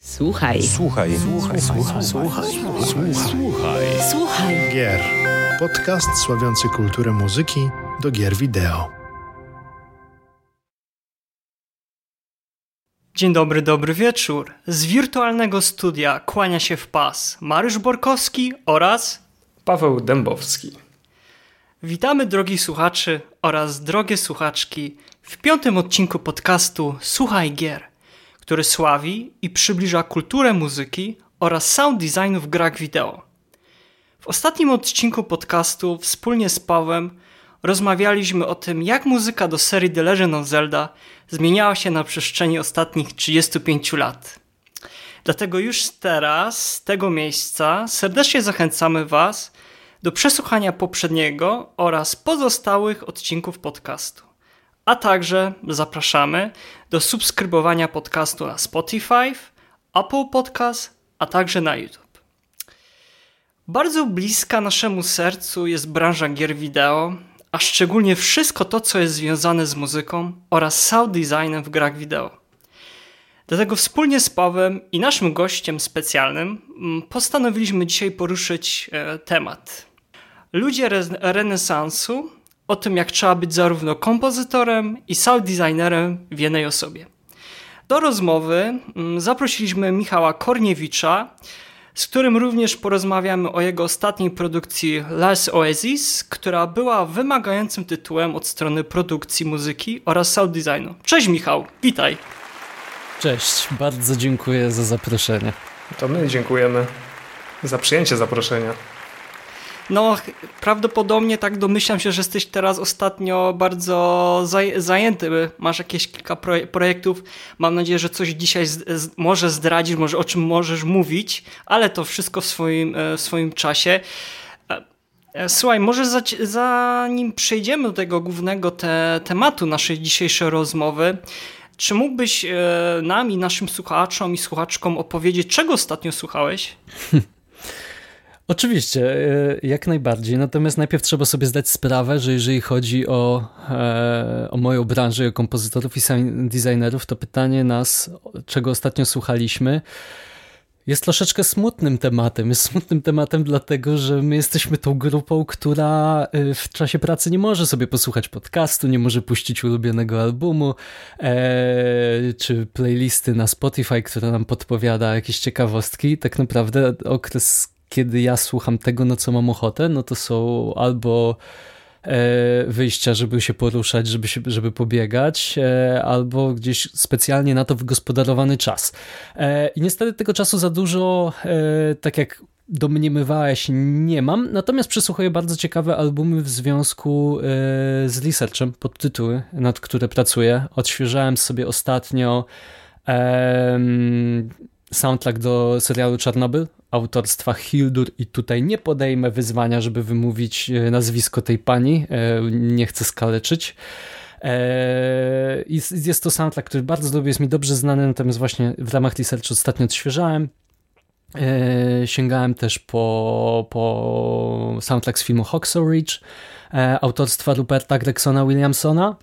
Słuchaj. Słuchaj. Słuchaj. Słuchaj. Słuchaj. Słuchaj. Słuchaj. Gier. Podcast sławiący kulturę muzyki do gier wideo. Dzień dobry, dobry wieczór. Z wirtualnego studia kłania się w pas Mariusz Borkowski oraz Paweł Dębowski. Witamy drogi słuchaczy oraz drogie słuchaczki w 5. odcinku podcastu Słuchaj Gier, który sławi i przybliża kulturę muzyki oraz sound designu w grach wideo. W ostatnim odcinku podcastu wspólnie z Pawłem rozmawialiśmy o tym, jak muzyka do serii The Legend of Zelda zmieniała się na przestrzeni ostatnich 35 lat. Dlatego już teraz, z tego miejsca, serdecznie zachęcamy Was do przesłuchania poprzedniego oraz pozostałych odcinków podcastu. A także zapraszamy do subskrybowania podcastu na Spotify, Apple Podcast, a także na YouTube. Bardzo bliska naszemu sercu jest branża gier wideo, a szczególnie wszystko to, co jest związane z muzyką oraz sound designem w grach wideo. Dlatego wspólnie z Pawłem i naszym gościem specjalnym postanowiliśmy dzisiaj poruszyć temat. Ludzie renesansu, o tym, jak trzeba być zarówno kompozytorem i sound designerem w jednej osobie. Do rozmowy zaprosiliśmy Michała Korniewicza, z którym również porozmawiamy o jego ostatniej produkcji Last Oasis, która była wymagającym tytułem od strony produkcji muzyki oraz sound designu. Cześć Michał, witaj. Cześć, bardzo dziękuję za zaproszenie. To my dziękujemy za przyjęcie zaproszenia. No, prawdopodobnie tak domyślam się, że jesteś teraz ostatnio bardzo zajęty. Masz jakieś kilka projektów. Mam nadzieję, że coś dzisiaj może zdradzisz, może o czym możesz mówić, ale to wszystko w swoim czasie. Słuchaj, może zanim przejdziemy do tego głównego tematu naszej dzisiejszej rozmowy, czy mógłbyś nam i naszym słuchaczom i słuchaczkom opowiedzieć, czego ostatnio słuchałeś? Oczywiście, jak najbardziej. Natomiast najpierw trzeba sobie zdać sprawę, że jeżeli chodzi o moją branżę, o kompozytorów i sound designerów, to pytanie nas, czego ostatnio słuchaliśmy, jest troszeczkę smutnym tematem. Jest smutnym tematem dlatego, że my jesteśmy tą grupą, która w czasie pracy nie może sobie posłuchać podcastu, nie może puścić ulubionego albumu, czy playlisty na Spotify, która nam podpowiada jakieś ciekawostki. Tak naprawdę okres, kiedy ja słucham tego, na co mam ochotę, no to są albo wyjścia, żeby się poruszać, żeby pobiegać, albo gdzieś specjalnie na to wygospodarowany czas. I niestety tego czasu za dużo, tak jak domniemywałeś, nie mam, natomiast przesłuchuję bardzo ciekawe albumy w związku z researchem, podtytuły, nad które pracuję. Odświeżałem sobie ostatnio soundtrack do serialu Czarnobyl autorstwa Hildur i tutaj nie podejmę wyzwania, żeby wymówić nazwisko tej pani, nie chcę skaleczyć. Jest to soundtrack, który bardzo lubię, jest mi dobrze znany, natomiast właśnie w ramach researchu ostatnio odświeżałem. Sięgałem też po soundtrack z filmu Hacksaw Ridge autorstwa Ruperta Gregsona Williamsona,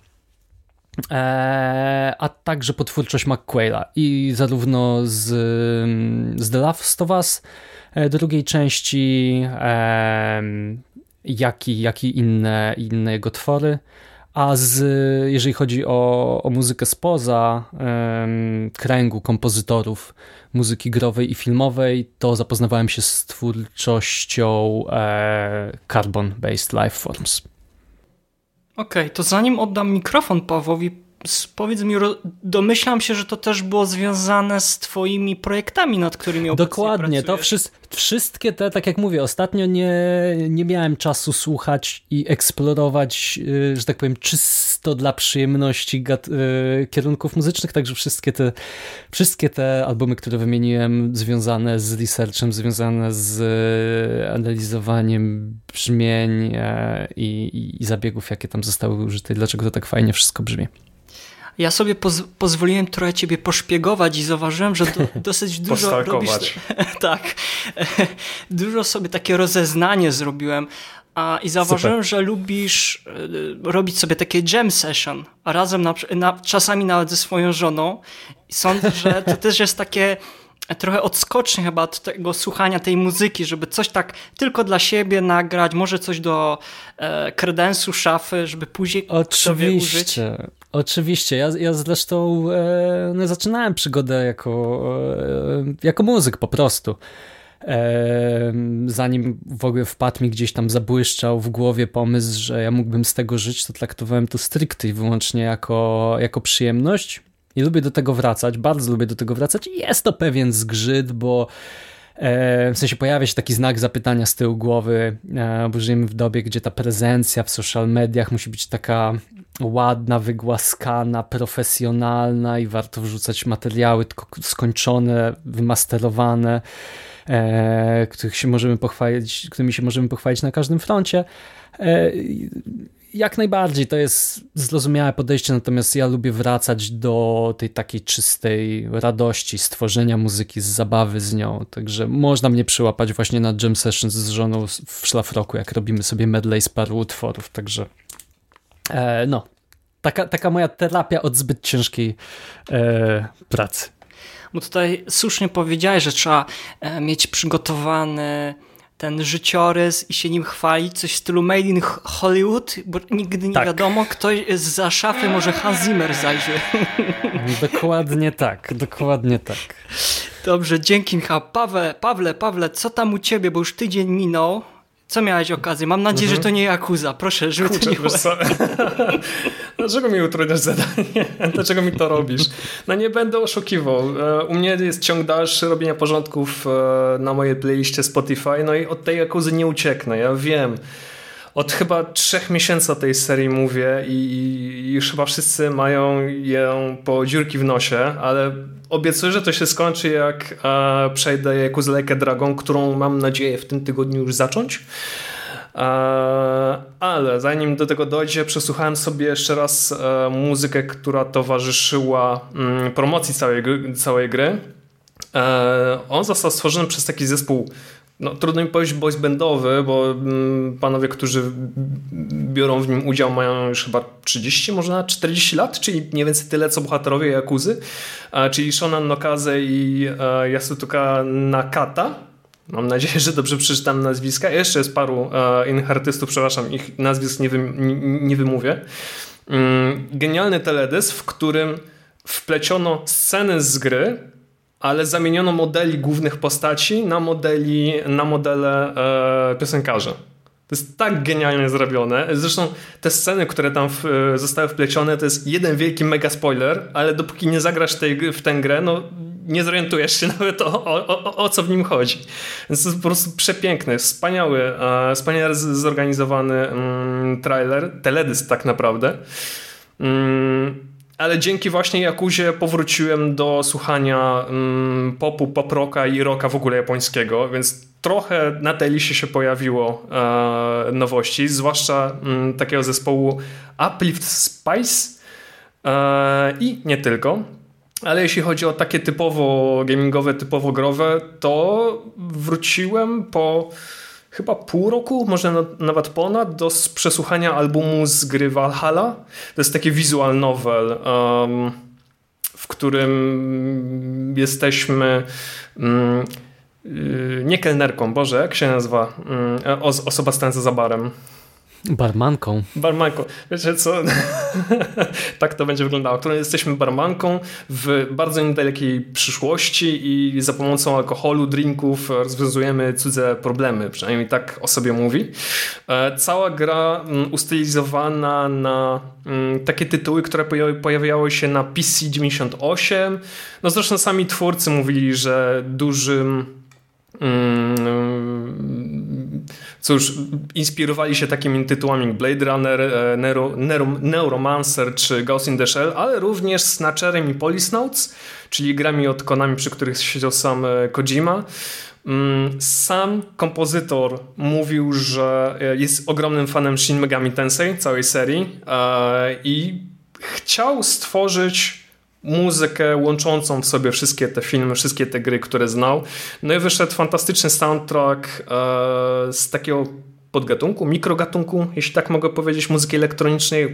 a także po twórczość McQuaila i zarówno z The Last of Us drugiej części, jak i inne jego twory. A jeżeli chodzi o muzykę spoza kręgu kompozytorów muzyki growej i filmowej, to zapoznawałem się z twórczością Carbon-Based Lifeforms. Okej, to zanim oddam mikrofon Pawłowi, powiedz mi, domyślam się, że to też było związane z twoimi projektami, nad którymi obecnie Dokładnie, pracujesz. to wszystkie te, tak jak mówię, ostatnio nie miałem czasu słuchać i eksplorować, że tak powiem, czysto dla przyjemności kierunków muzycznych, także wszystkie te albumy, które wymieniłem, związane z researchem, związane z analizowaniem brzmień i zabiegów, jakie tam zostały użyte, dlaczego to tak fajnie wszystko brzmi. Ja sobie pozwoliłem trochę ciebie poszpiegować i zauważyłem, że dosyć dużo robisz. Tak, dużo sobie takie rozeznanie zrobiłem. I zauważyłem, że lubisz robić sobie takie jam session, a razem czasami nawet ze swoją żoną. I sądzę, że to też jest takie trochę odskocznie chyba od tego słuchania tej muzyki, żeby coś tak tylko dla siebie nagrać, może coś do kredensu, szafy, żeby później sobie użyć. Oczywiście. Ja zresztą zaczynałem przygodę jako muzyk po prostu. Zanim w ogóle wpadł mi gdzieś tam zabłyszczał w głowie pomysł, że ja mógłbym z tego żyć, to traktowałem to stricte i wyłącznie jako przyjemność i lubię do tego wracać, bardzo lubię do tego wracać i jest to pewien zgrzyt, bo w sensie pojawia się taki znak zapytania z tyłu głowy, bo żyjemy w dobie, gdzie ta prezencja w social mediach musi być taka ładna, wygłaskana, profesjonalna i warto wrzucać materiały tylko skończone, wymasterowane, którymi się możemy pochwalić na każdym froncie. Jak najbardziej, to jest zrozumiałe podejście, natomiast ja lubię wracać do tej takiej czystej radości stworzenia muzyki, z zabawy z nią, także można mnie przyłapać właśnie na jam sessions z żoną w szlafroku, jak robimy sobie medley z paru utworów, także taka moja terapia od zbyt ciężkiej pracy. Bo tutaj słusznie powiedziałeś, że trzeba mieć przygotowany ten życiorys i się nim chwalić, coś w stylu Made in Hollywood, bo nigdy nie wiadomo, ktoś zza szafy, może Hans Zimmer zajrzy. Dokładnie tak. Dobrze, dzięki Michał. Pawle, co tam u ciebie, bo już tydzień minął. Co miałeś okazję? Mam nadzieję, że to nie Yakuza. Proszę, żeby to nie było. Dlaczego mi utrudniasz zadanie? Dlaczego mi to robisz? No nie będę oszukiwał. U mnie jest ciąg dalszy robienia porządków na mojej playliście Spotify, no i od tej Yakuzy nie ucieknę. Ja wiem. Od chyba 3 miesięcy o tej serii mówię i już chyba wszyscy mają ją po dziurki w nosie, ale obiecuję, że to się skończy, jak przejdę Yakuza Like a Dragon, którą mam nadzieję w tym tygodniu już zacząć. Ale zanim do tego dojdzie, przesłuchałem sobie jeszcze raz muzykę, która towarzyszyła promocji całej gry. On został stworzony przez taki zespół, no trudno mi powiedzieć boys bandowy, bo panowie, którzy biorą w nim udział, mają już chyba 30, może nawet 40 lat, czyli mniej więcej tyle co bohaterowie Yakuzy, czyli Shonan Nokaze i Yasutoka Nakata. Mam nadzieję, że dobrze przeczytam nazwiska. Jeszcze jest paru innych artystów, przepraszam, ich nazwisk nie wymówię. Genialny teledysk, w którym wpleciono sceny z gry, ale zamieniono modeli głównych postaci na modele piosenkarzy. To jest tak genialnie zrobione. Zresztą te sceny, które tam zostały wplecione, to jest jeden wielki mega spoiler, ale dopóki nie zagrasz w tę grę, no nie zorientujesz się nawet o co w nim chodzi. Więc to jest po prostu przepiękny, wspaniale zorganizowany teledysk tak naprawdę. Ale dzięki właśnie Yakuzie powróciłem do słuchania popu, pop-rocka i rocka w ogóle japońskiego, więc trochę na tej liście się pojawiło nowości, zwłaszcza takiego zespołu Uplift Spice i nie tylko. Ale jeśli chodzi o takie typowo gamingowe, typowo growe, to wróciłem po chyba pół roku, może nawet ponad, do przesłuchania albumu z gry Valhalla. To jest taki visual novel, w którym jesteśmy nie kelnerką, Boże, jak się nazywa osoba stojąca za barem? Barmanką. Wiecie co? Tak to będzie wyglądało. Którą jesteśmy barmanką w bardzo niedalekiej przyszłości i za pomocą alkoholu, drinków rozwiązujemy cudze problemy. Przynajmniej tak o sobie mówi. Cała gra ustylizowana na takie tytuły, które pojawiały się na PC 98. No zresztą sami twórcy mówili, że dużym cóż, inspirowali się takimi tytułami jak Blade Runner, Neuromancer czy Ghost in the Shell, ale również Snatcherem i Policenauts, czyli grami od Konami, przy których siedział sam Kojima. Sam kompozytor mówił, że jest ogromnym fanem Shin Megami Tensei, całej serii, i chciał stworzyć muzykę łączącą w sobie wszystkie te filmy, wszystkie te gry, które znał. No i wyszedł fantastyczny soundtrack z takiego podgatunku, mikrogatunku, jeśli tak mogę powiedzieć, muzyki elektronicznej,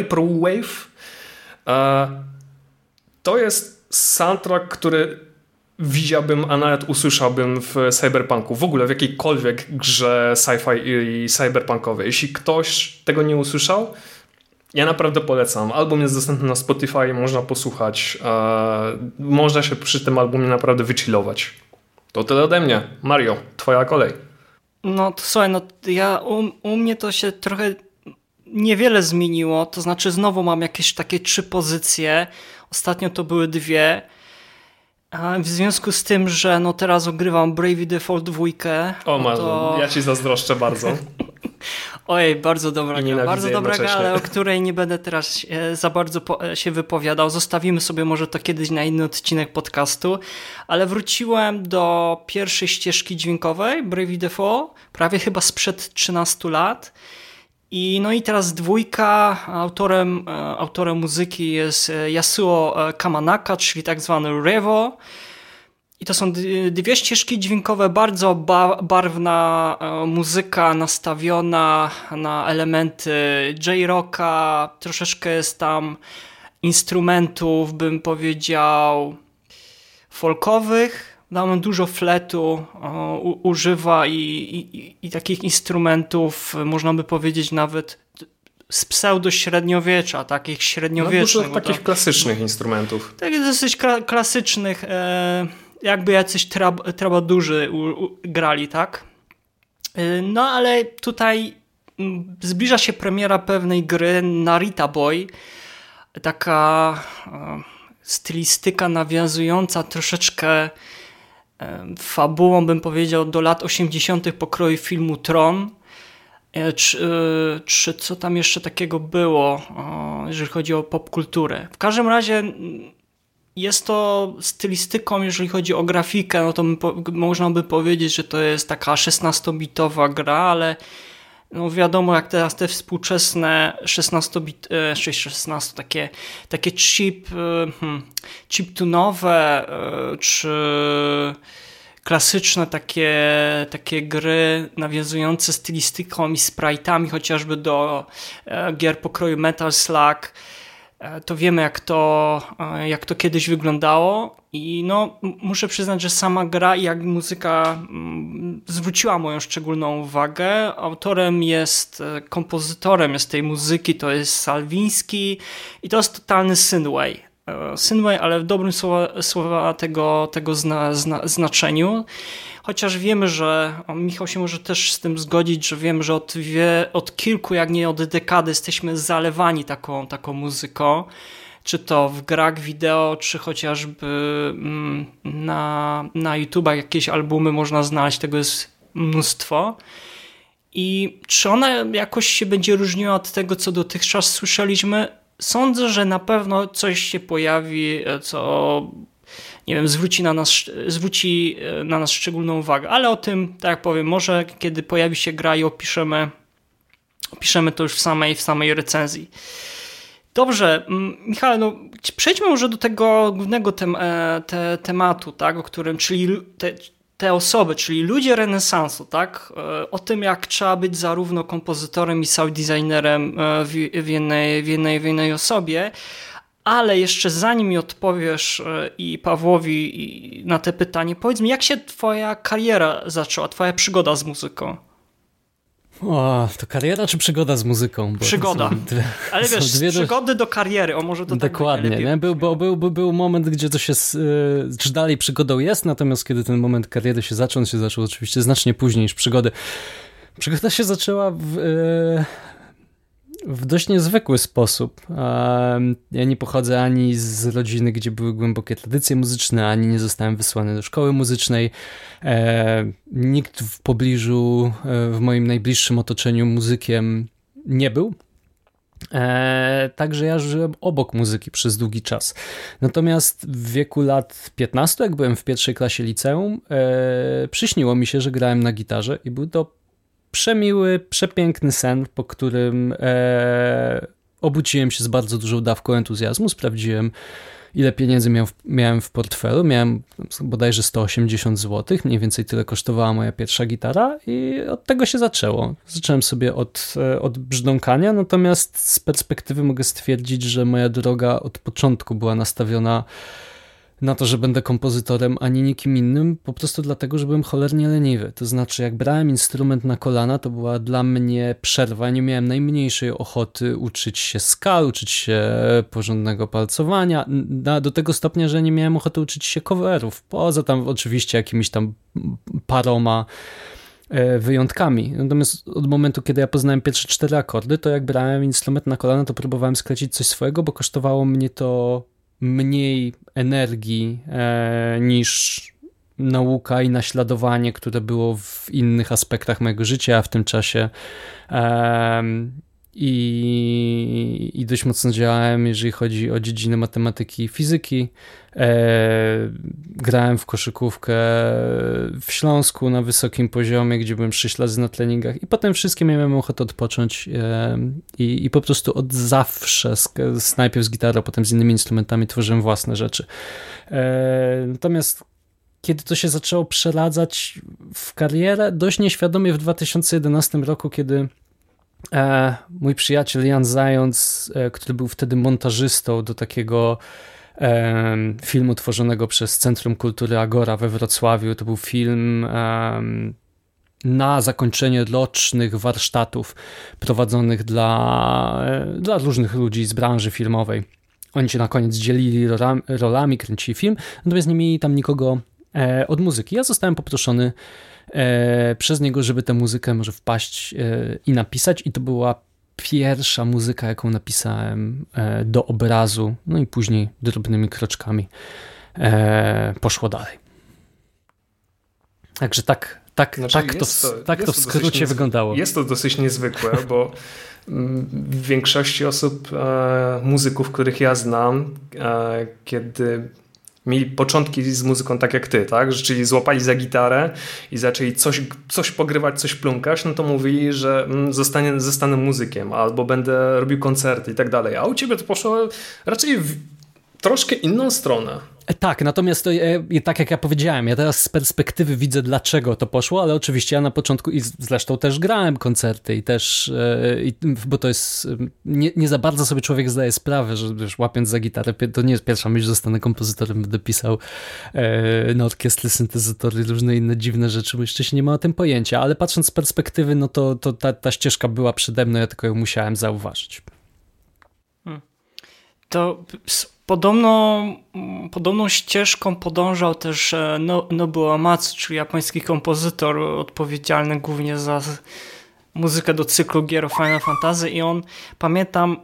Vaporwave. To jest soundtrack, który widziałbym, a nawet usłyszałbym w cyberpunku, w ogóle w jakiejkolwiek grze sci-fi i cyberpunkowej. Jeśli ktoś tego nie usłyszał, ja naprawdę polecam. Album jest dostępny na Spotify, można posłuchać. Można się przy tym albumie naprawdę wychillować. To tyle ode mnie. Mario, twoja kolej. No to słuchaj, u mnie to się trochę niewiele zmieniło, to znaczy znowu mam jakieś takie 3 pozycje, ostatnio to były 2, w związku z tym, że teraz ogrywam Bravely Default 2. O Marzo, ja ci zazdroszczę bardzo. Ojej, bardzo dobra gra, ale o której nie będę teraz za bardzo się wypowiadał. Zostawimy sobie może to kiedyś na inny odcinek podcastu, ale wróciłem do pierwszej ścieżki dźwiękowej Bravely Default, prawie chyba sprzed 13 lat. I teraz 2, autorem muzyki jest Yasuo Kamanaka, czyli tak zwany Revo. I to są 2 ścieżki dźwiękowe, bardzo barwna muzyka nastawiona na elementy J-rocka, troszeczkę jest tam instrumentów, bym powiedział, folkowych. Tam dużo fletu używa i takich instrumentów, można by powiedzieć nawet z pseudo-średniowiecza, takich średniowiecznych. Dużo takich klasycznych instrumentów. Takich dosyć klasycznych, jakby jacyś trabadurzy grali, tak? No ale tutaj zbliża się premiera pewnej gry Narita Boy, taka stylistyka nawiązująca troszeczkę fabułą, bym powiedział, do lat 80. pokroju filmu Tron. Czy co tam jeszcze takiego było, jeżeli chodzi o popkulturę. W każdym razie jest to stylistyką, jeżeli chodzi o grafikę, to można by powiedzieć, że to jest taka 16-bitowa gra, ale wiadomo, jak teraz te współczesne 16 takie chiptunowe czy klasyczne takie gry nawiązujące stylistyką i sprite'ami chociażby do gier pokroju Metal Slug, to wiemy jak to kiedyś wyglądało i muszę przyznać, że sama gra i jak muzyka zwróciła moją szczególną uwagę. Kompozytorem jest tej muzyki, to jest Salwiński i to jest totalny synthwave, ale w dobrym słowa tego znaczeniu. Chociaż wiemy, że Michał się może też z tym zgodzić, że wiemy, że od kilku, jak nie od dekady jesteśmy zalewani taką muzyką, czy to w grach wideo, czy chociażby na YouTubach jakieś albumy można znaleźć, tego jest mnóstwo. I czy ona jakoś się będzie różniła od tego, co dotychczas słyszeliśmy? Sądzę, że na pewno coś się pojawi, co zwróci na nas szczególną uwagę, ale o tym, tak jak powiem, może kiedy pojawi się gra i opiszemy to już w samej recenzji. Dobrze, Michał, przejdźmy może do tego głównego tematu, tak, o którym, czyli te osoby, czyli ludzie renesansu, tak, o tym, jak trzeba być zarówno kompozytorem i sound designerem w jednej osobie. Ale jeszcze zanim mi odpowiesz i Pawłowi na te pytanie, powiedz mi, jak się twoja kariera zaczęła, twoja przygoda z muzyką? To kariera czy przygoda z muzyką? Bo przygoda. Ale wiesz, z przygody do kariery, może to dokładnie, tak lepiej. Był moment, gdzie to się, czy dalej przygodą jest, natomiast kiedy ten moment kariery się zaczął, oczywiście znacznie później niż przygody. Przygoda się zaczęła w dość niezwykły sposób. Ja nie pochodzę ani z rodziny, gdzie były głębokie tradycje muzyczne, ani nie zostałem wysłany do szkoły muzycznej. Nikt w pobliżu, w moim najbliższym otoczeniu muzykiem nie był. Także ja żyłem obok muzyki przez długi czas. Natomiast w wieku lat 15, jak byłem w pierwszej klasie liceum, przyśniło mi się, że grałem na gitarze i był to przemiły, przepiękny sen, po którym obudziłem się z bardzo dużą dawką entuzjazmu, sprawdziłem, ile pieniędzy miałem w portfelu, miałem bodajże 180 zł, mniej więcej tyle kosztowała moja pierwsza gitara i od tego się zaczęło. Zacząłem sobie od brzdąkania, natomiast z perspektywy mogę stwierdzić, że moja droga od początku była nastawiona na to, że będę kompozytorem, ani nikim innym, po prostu dlatego, że byłem cholernie leniwy. To znaczy, jak brałem instrument na kolana, to była dla mnie przerwa. Nie miałem najmniejszej ochoty uczyć się skal, uczyć się porządnego palcowania, do tego stopnia, że nie miałem ochoty uczyć się coverów. Poza tam oczywiście jakimiś tam paroma wyjątkami. Natomiast od momentu, kiedy ja poznałem pierwsze 4 akordy, to jak brałem instrument na kolana, to próbowałem sklecić coś swojego, bo kosztowało mnie to mniej energii niż nauka i naśladowanie, które było w innych aspektach mojego życia, a w tym czasie i dość mocno działałem, jeżeli chodzi o dziedzinę matematyki i fizyki. Grałem w koszykówkę w Śląsku na wysokim poziomie, gdzie byłem 6 razy na treningach i potem wszystkie miałem ochotę odpocząć i po prostu od zawsze, najpierw z gitarą, potem z innymi instrumentami tworzyłem własne rzeczy. Natomiast kiedy to się zaczęło przeradzać w karierę, dość nieświadomie w 2011 roku, kiedy mój przyjaciel Jan Zając, który był wtedy montażystą do takiego filmu tworzonego przez Centrum Kultury Agora we Wrocławiu. To był film na zakończenie rocznych warsztatów prowadzonych dla różnych ludzi z branży filmowej. Oni się na koniec dzielili rolami, kręcili film, natomiast nie mieli tam nikogo od muzyki. Ja zostałem poproszony przez niego, żeby tę muzykę może wpaść i napisać, i to była pierwsza muzyka, jaką napisałem do obrazu, no i później drobnymi kroczkami poszło dalej. Także tak to w skrócie wyglądało. Jest to dosyć niezwykłe, bo w większości osób, muzyków, których ja znam, kiedy mieli początki z muzyką tak jak ty, tak? Czyli złapali za gitarę i zaczęli coś pogrywać, coś plumkać, no to mówili, że zostanę muzykiem albo będę robił koncerty i tak dalej. A u ciebie to poszło raczej w troszkę inną stronę. Tak, natomiast to, tak jak ja powiedziałem, ja teraz z perspektywy widzę, dlaczego to poszło, ale oczywiście ja na początku i zresztą też grałem koncerty i też, bo to jest, nie za bardzo sobie człowiek zdaje sprawę, że wiesz, łapiąc za gitarę, to nie jest pierwsza myśl, że zostanę kompozytorem, będę pisał na orkiestry, syntezatory, różne inne dziwne rzeczy, bo jeszcze się nie ma o tym pojęcia, ale patrząc z perspektywy, no to ta ścieżka była przede mną, ja tylko ją musiałem zauważyć. To podobną ścieżką podążał też Nobuo Uematsu, czyli japoński kompozytor odpowiedzialny głównie za muzykę do cyklu gier o Final Fantasy, i on, pamiętam,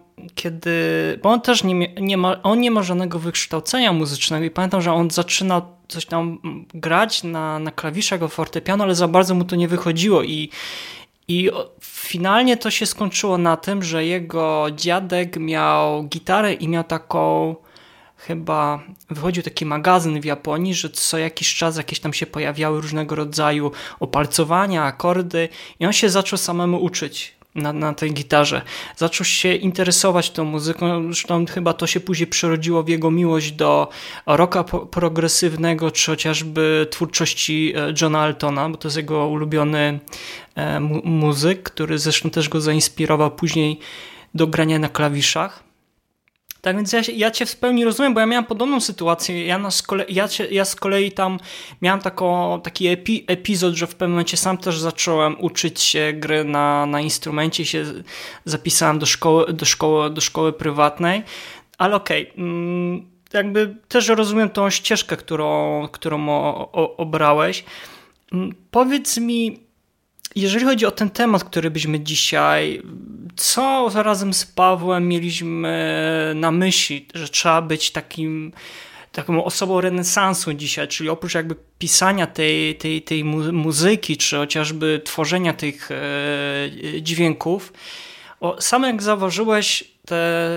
bo on też nie ma żadnego wykształcenia muzycznego, i pamiętam, że on zaczynał coś tam grać na klawiszach, o fortepiano, ale za bardzo mu to nie wychodziło i finalnie to się skończyło na tym, że jego dziadek miał gitarę i miał taką, chyba wychodził taki magazyn w Japonii, że co jakiś czas jakieś tam się pojawiały różnego rodzaju opalcowania, akordy, i on się zaczął samemu uczyć na tej gitarze. Zaczął się interesować tą muzyką, zresztą chyba to się później przerodziło w jego miłość do rocka progresywnego, czy chociażby twórczości Johna Altona, bo to jest jego ulubiony muzyk, który zresztą też go zainspirował później do grania na klawiszach. Tak więc ja cię w pełni rozumiem, bo ja miałem podobną sytuację. Ja z kolei tam miałem taki epizod, że w pewnym momencie sam też zacząłem uczyć się gry na instrumencie, się zapisałem do szkoły prywatnej, ale okej, jakby też rozumiem tą ścieżkę, którą obrałeś. Powiedz mi, jeżeli chodzi o ten temat, który byśmy dzisiaj, co razem z Pawłem mieliśmy na myśli, że trzeba być taką osobą renesansu dzisiaj, czyli oprócz jakby pisania tej muzyki, czy chociażby tworzenia tych dźwięków, sam jak zauważyłeś, te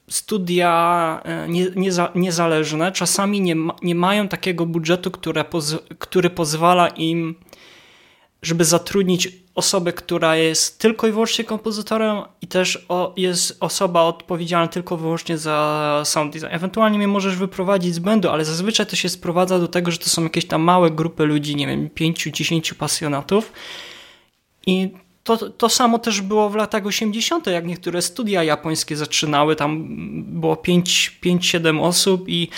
studia niezależne czasami nie mają takiego budżetu, który pozwala im, żeby zatrudnić osobę, która jest tylko i wyłącznie kompozytorem, i też jest osoba odpowiedzialna tylko i wyłącznie za sound design. Ewentualnie mnie możesz wyprowadzić z błędu, ale zazwyczaj to się sprowadza do tego, że to są jakieś tam małe grupy ludzi, nie wiem, 5-10 pasjonatów, i to samo też było w latach 80., jak niektóre studia japońskie zaczynały, tam było 5-7 osób i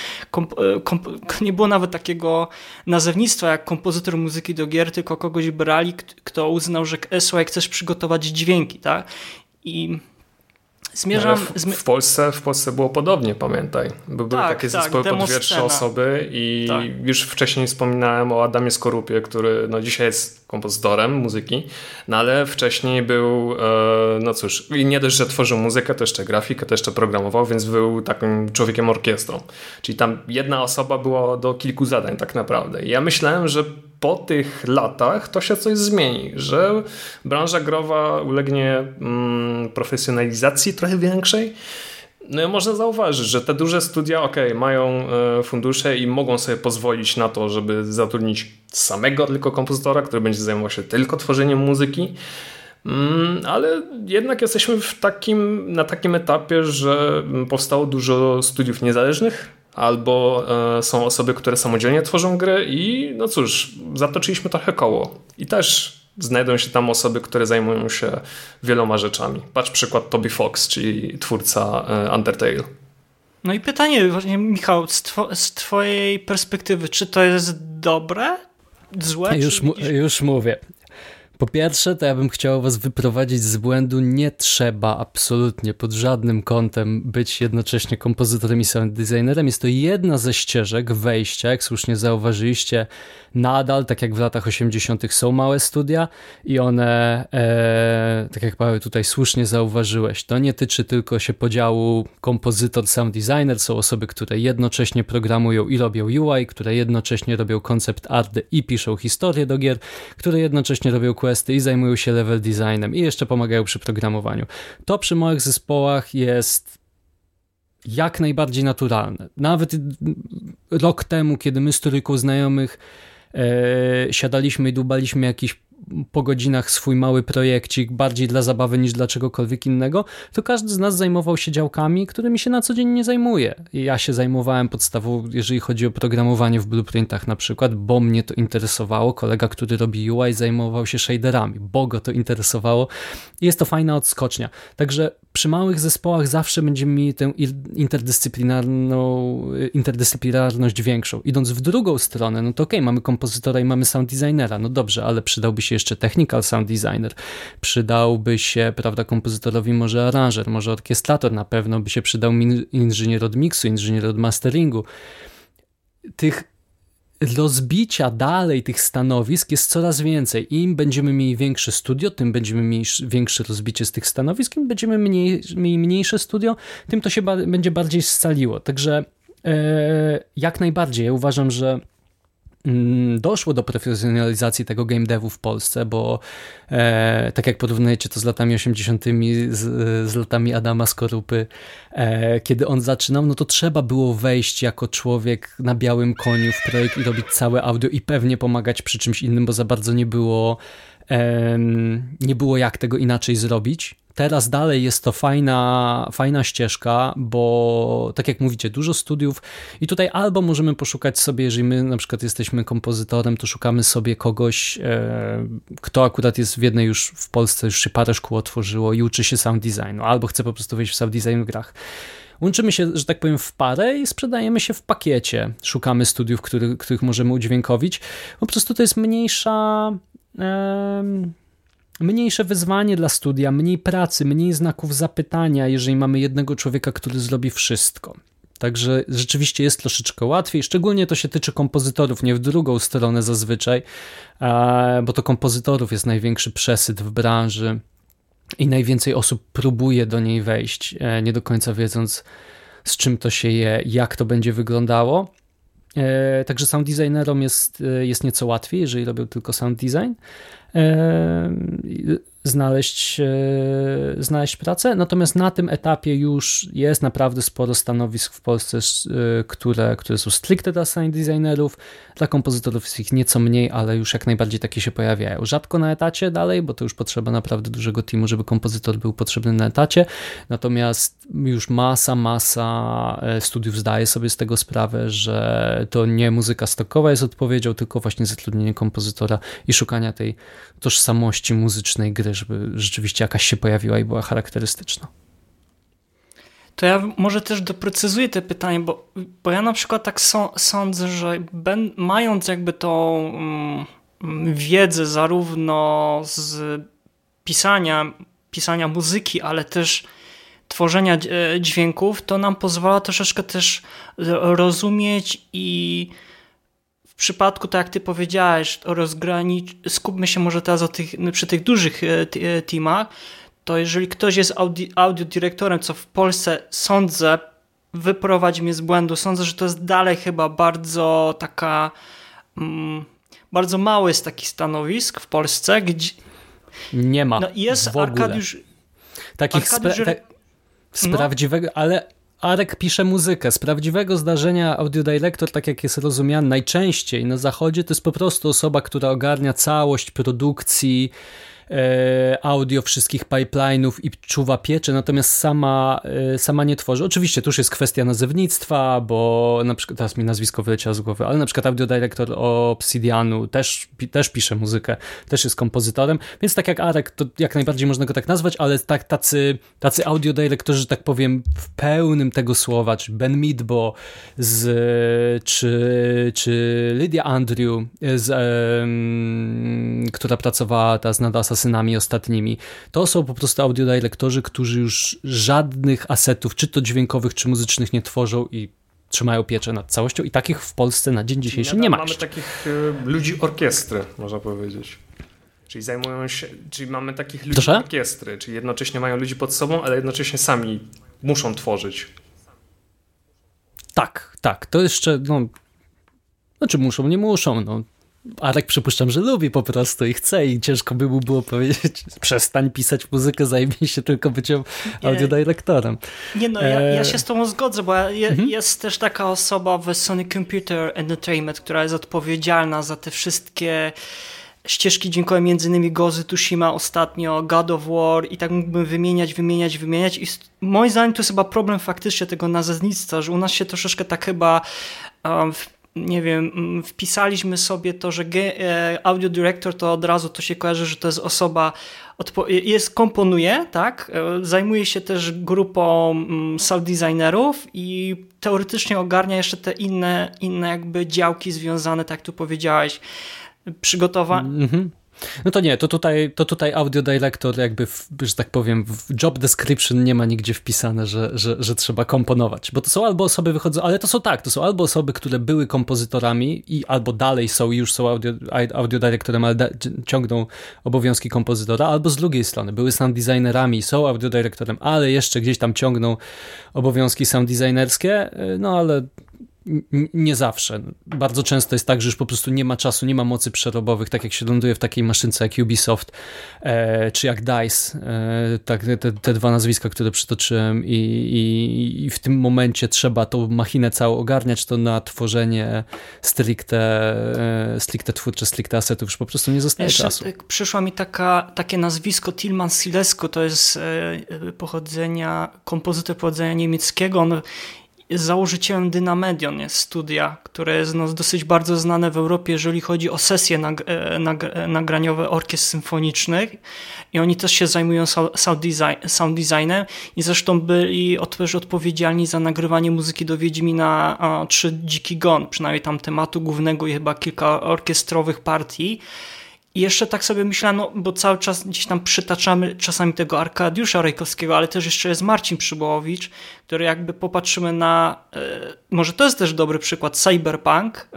nie było nawet takiego nazewnictwa jak kompozytor muzyki do gier, tylko kogoś brali, kto uznał, że słuchaj, chcesz przygotować dźwięki, tak? I zmierzam... W Polsce było podobnie, pamiętaj. Były takie zespoły po 2-3 osoby i już wcześniej wspominałem o Adamie Skorupie, który dzisiaj jest kompozytorem muzyki, ale wcześniej był, i nie dość, że tworzył muzykę, to jeszcze grafikę, to jeszcze programował, więc był takim człowiekiem orkiestrą. Czyli tam jedna osoba była do kilku zadań tak naprawdę. I ja myślałem, że po tych latach to się coś zmieni, że branża growa ulegnie profesjonalizacji trochę większej. No i można zauważyć, że te duże studia mają fundusze i mogą sobie pozwolić na to, żeby zatrudnić samego tylko kompozytora, który będzie zajmował się tylko tworzeniem muzyki. Ale jednak jesteśmy na takim etapie, że powstało dużo studiów niezależnych, albo są osoby, które samodzielnie tworzą gry i zatoczyliśmy trochę koło. I też znajdą się tam osoby, które zajmują się wieloma rzeczami. Patrz przykład Toby Fox, czyli twórca Undertale. No i pytanie właśnie, Michał, z twojej perspektywy, czy to jest dobre, złe? Już mówię. Po pierwsze, to ja bym chciał was wyprowadzić z błędu. Nie trzeba absolutnie pod żadnym kątem być jednocześnie kompozytorem i sound designerem. Jest to jedna ze ścieżek wejścia, jak słusznie zauważyliście. Nadal, tak jak w latach 80. są małe studia i one, tak jak Paweł tutaj słusznie zauważyłeś, to nie tyczy tylko się podziału kompozytor, sound designer. Są osoby, które jednocześnie programują i robią UI, które jednocześnie robią concept arty i piszą historię do gier, które jednocześnie robią questy i zajmują się level designem i jeszcze pomagają przy programowaniu. To przy małych zespołach jest jak najbardziej naturalne. Nawet rok temu, kiedy my z trójką znajomych siadaliśmy i dłubaliśmy jakiś po godzinach swój mały projekcik, bardziej dla zabawy niż dla czegokolwiek innego, to każdy z nas zajmował się działkami, którymi się na co dzień nie zajmuje. I ja się zajmowałem podstawą, jeżeli chodzi o programowanie w blueprintach na przykład, bo mnie to interesowało. Kolega, który robi UI, zajmował się shaderami, bo go to interesowało. I jest to fajna odskocznia. Także przy małych zespołach zawsze będziemy mieli tę interdyscyplinarność większą. Idąc w drugą stronę, no to mamy kompozytora i mamy sound designera. No dobrze, ale przydałby się jeszcze technical sound designer. Przydałby się, kompozytorowi może aranżer, może orkiestrator, na pewno by się przydał inżynier od miksu, inżynier od masteringu. Tych rozbicia dalej tych stanowisk jest coraz więcej. Im będziemy mieli większe studio, tym będziemy mieli większe rozbicie z tych stanowisk. Im będziemy mieli mniejsze studio, tym to się będzie bardziej scaliło. Także jak najbardziej. Ja uważam, że doszło do profesjonalizacji tego game devu w Polsce, bo tak jak porównujecie to z latami 80., z latami Adama Skorupy, kiedy on zaczynał, no to trzeba było wejść jako człowiek na białym koniu w projekt i robić całe audio i pewnie pomagać przy czymś innym, bo za bardzo nie było jak tego inaczej zrobić. Teraz dalej jest to fajna ścieżka, bo tak jak mówicie, dużo studiów i tutaj albo możemy poszukać sobie, jeżeli my na przykład jesteśmy kompozytorem, to szukamy sobie kogoś, kto akurat jest w jednej już w Polsce, już się parę szkół otworzyło i uczy się sound designu, albo chce po prostu wejść w sound design w grach. Łączymy się, że tak powiem, w parę i sprzedajemy się w pakiecie. Szukamy studiów, których możemy udźwiękowić. Po prostu to jest mniejsze wyzwanie dla studia, mniej pracy, mniej znaków zapytania, jeżeli mamy jednego człowieka, który zrobi wszystko. Także rzeczywiście jest troszeczkę łatwiej, szczególnie to się tyczy kompozytorów, nie w drugą stronę zazwyczaj, bo to kompozytorów jest największy przesyt w branży i najwięcej osób próbuje do niej wejść, nie do końca wiedząc, z czym to się je, jak to będzie wyglądało. Także sound designerom jest nieco łatwiej, jeżeli robią tylko sound design, znaleźć pracę. Natomiast na tym etapie już jest naprawdę sporo stanowisk w Polsce, które są stricte dla sound designerów. Dla kompozytorów jest ich nieco mniej, ale już jak najbardziej takie się pojawiają. Rzadko na etacie dalej, bo to już potrzeba naprawdę dużego teamu, żeby kompozytor był potrzebny na etacie. Natomiast już masa studiów zdaje sobie z tego sprawę, że to nie muzyka stokowa jest odpowiedzią, tylko właśnie zatrudnienie kompozytora i szukania tej tożsamości muzycznej gry, żeby rzeczywiście jakaś się pojawiła i była charakterystyczna. To ja może też doprecyzuję te pytanie, bo ja na przykład tak sądzę, że mając jakby tą wiedzę zarówno z pisania muzyki, ale też tworzenia dźwięków, to nam pozwala troszeczkę też rozumieć i w przypadku, tak jak ty powiedziałeś, skupmy się może teraz przy tych dużych teamach, to jeżeli ktoś jest audiodyrektorem, co w Polsce sądzę, wyprowadzi mnie z błędu, sądzę, że to jest dalej chyba bardzo bardzo mały z takich stanowisk w Polsce, gdzie nie ma jest w ogóle. Arkadiusz z prawdziwego, ale Arek pisze muzykę. Z prawdziwego zdarzenia audiodyrektor, tak jak jest rozumiany najczęściej na zachodzie, to jest po prostu osoba, która ogarnia całość produkcji, audio wszystkich pipeline'ów i czuwa pieczę, natomiast sama nie tworzy. Oczywiście tu już jest kwestia nazewnictwa, bo na przykład, teraz mi nazwisko wyleciało z głowy, ale na przykład audiodyrektor Obsidianu też pisze muzykę, też jest kompozytorem, więc tak jak Arek, to jak najbardziej można go tak nazwać, ale tacy audiodyrektorzy, że tak powiem, w pełnym tego słowa, czy Ben Midbo czy Lydia Andrew, która pracowała teraz nad Asasynami ostatnimi. To są po prostu audiodyrektorzy, którzy już żadnych asetów, czy to dźwiękowych, czy muzycznych nie tworzą i trzymają pieczę nad całością i takich w Polsce na dzień dzisiejszy nie ma. Mamy takich ludzi orkiestry, można powiedzieć. Czyli mamy takich ludzi orkiestry, czyli jednocześnie mają ludzi pod sobą, ale jednocześnie sami muszą tworzyć. Tak. To jeszcze, znaczy muszą, nie muszą, Arek przypuszczam, że lubi po prostu i chce i ciężko by mu było powiedzieć, przestań pisać muzykę, zajmij się tylko byciem audiodyrektorem. Ja się z tobą zgodzę, bo jest też taka osoba w Sony Computer Entertainment, która jest odpowiedzialna za te wszystkie ścieżki dźwiękowe, między innymi Ghost of Tsushima ostatnio, God of War i tak mógłbym wymieniać i moim zdaniem to jest chyba problem faktycznie tego nazewnictwa, że u nas się troszeczkę tak chyba nie wiem, wpisaliśmy sobie to, że audio director to od razu to się kojarzy, że to jest osoba, komponuje, tak? Zajmuje się też grupą sound designerów i teoretycznie ogarnia jeszcze te inne jakby działki związane, tak jak tu powiedziałeś, No to nie, to tutaj audio director jakby, że tak powiem, w job description nie ma nigdzie wpisane, że trzeba komponować, bo to są albo osoby ale to są albo osoby, które były kompozytorami i albo dalej są i już są audio directorem, ale ciągną obowiązki kompozytora, albo z drugiej strony były sound designerami, są audio directorem, ale jeszcze gdzieś tam ciągną obowiązki sound designerskie, ale nie zawsze. Bardzo często jest tak, że już po prostu nie ma czasu, nie ma mocy przerobowych, tak jak się ląduje w takiej maszynce jak Ubisoft czy jak DICE, tak, te dwa nazwiska, które przytoczyłem i w tym momencie trzeba tą machinę całą ogarniać, to na tworzenie stricte twórcze, stricte asetów już po prostu nie zostaje czasu. Przyszło mi takie nazwisko Tilman Silescu, to jest kompozytor pochodzenia niemieckiego. On jest założycielem Dynamedion, jest studia, które jest dosyć bardzo znane w Europie, jeżeli chodzi o sesje nagraniowe orkiestr symfonicznych i oni też się zajmują sound designem i zresztą byli też odpowiedzialni za nagrywanie muzyki do Wiedźmina 3 Dziki Gon, przynajmniej tam tematu głównego i chyba kilka orkiestrowych partii. I jeszcze tak sobie myślałem, bo cały czas gdzieś tam przytaczamy czasami tego Arkadiusza Rejkowskiego, ale też jeszcze jest Marcin Przybyłowicz, który jakby popatrzymy na, może to jest też dobry przykład, Cyberpunk,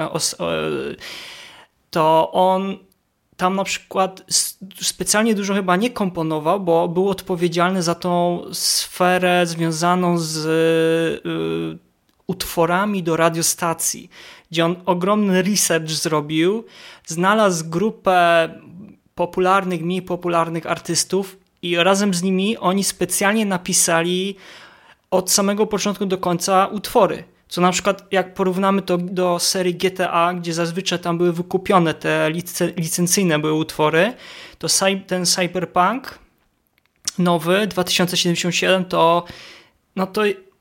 to on tam na przykład specjalnie dużo chyba nie komponował, bo był odpowiedzialny za tą sferę związaną z utworami do radiostacji, gdzie on ogromny research zrobił, znalazł grupę popularnych, mniej popularnych artystów i razem z nimi oni specjalnie napisali od samego początku do końca utwory. Co na przykład jak porównamy to do serii GTA, gdzie zazwyczaj tam były wykupione te licencyjne były utwory, to ten Cyberpunk nowy 2077 to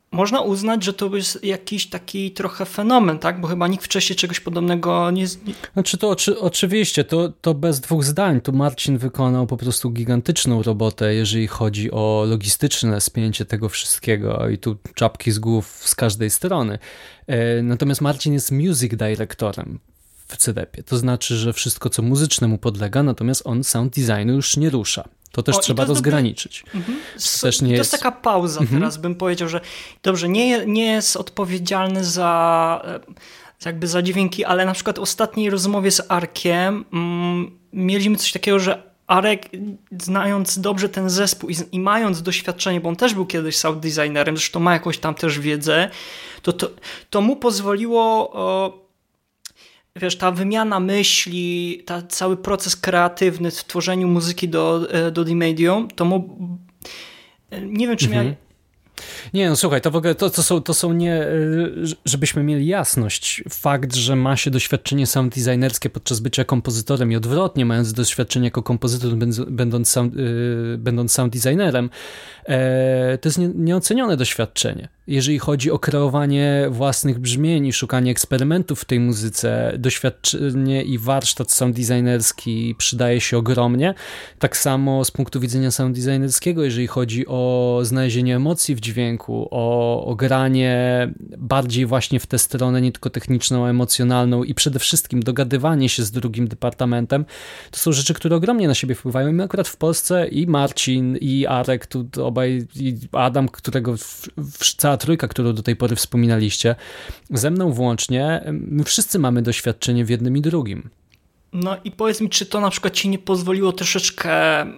można uznać, że to jest jakiś taki trochę fenomen, tak? Bo chyba nikt wcześniej czegoś podobnego nie... Znaczy to oczywiście, to bez dwóch zdań. Tu Marcin wykonał po prostu gigantyczną robotę, jeżeli chodzi o logistyczne spięcie tego wszystkiego i tu czapki z głów z każdej strony. Natomiast Marcin jest music directorem w CDP. To znaczy, że wszystko, co muzyczne mu podlega, natomiast on sound designu już nie rusza. To też trzeba rozgraniczyć. To jest taka pauza teraz, bym powiedział, że dobrze, nie jest odpowiedzialny za dźwięki, ale na przykład w ostatniej rozmowie z Arkiem mieliśmy coś takiego, że Arek, znając dobrze ten zespół i mając doświadczenie, bo on też był kiedyś sound designerem, zresztą ma jakąś tam też wiedzę, to mu pozwoliło... Wiesz, ta wymiana myśli, cały proces kreatywny w tworzeniu muzyki do D-Medium, to mu... Nie wiem, czy miałem... Nie, no słuchaj, to w ogóle to są nie... Żebyśmy mieli jasność. Fakt, że ma się doświadczenie sound designerskie podczas bycia kompozytorem i odwrotnie, mając doświadczenie jako kompozytor, będąc sound designerem, to jest nieocenione doświadczenie. Jeżeli chodzi o kreowanie własnych brzmień i szukanie eksperymentów w tej muzyce, doświadczenie i warsztat sound designerski przydaje się ogromnie. Tak samo z punktu widzenia sound designerskiego, jeżeli chodzi o znalezienie emocji w dźwięku, o granie bardziej właśnie w tę stronę nie tylko techniczną, a emocjonalną i przede wszystkim dogadywanie się z drugim departamentem, to są rzeczy, które ogromnie na siebie wpływają. I my akurat w Polsce i Marcin, i Arek, tu obaj, i Adam, którego cała trójka, którą do tej pory wspominaliście, ze mną włącznie, my wszyscy mamy doświadczenie w jednym i drugim. No i powiedz mi, czy to na przykład ci nie pozwoliło troszeczkę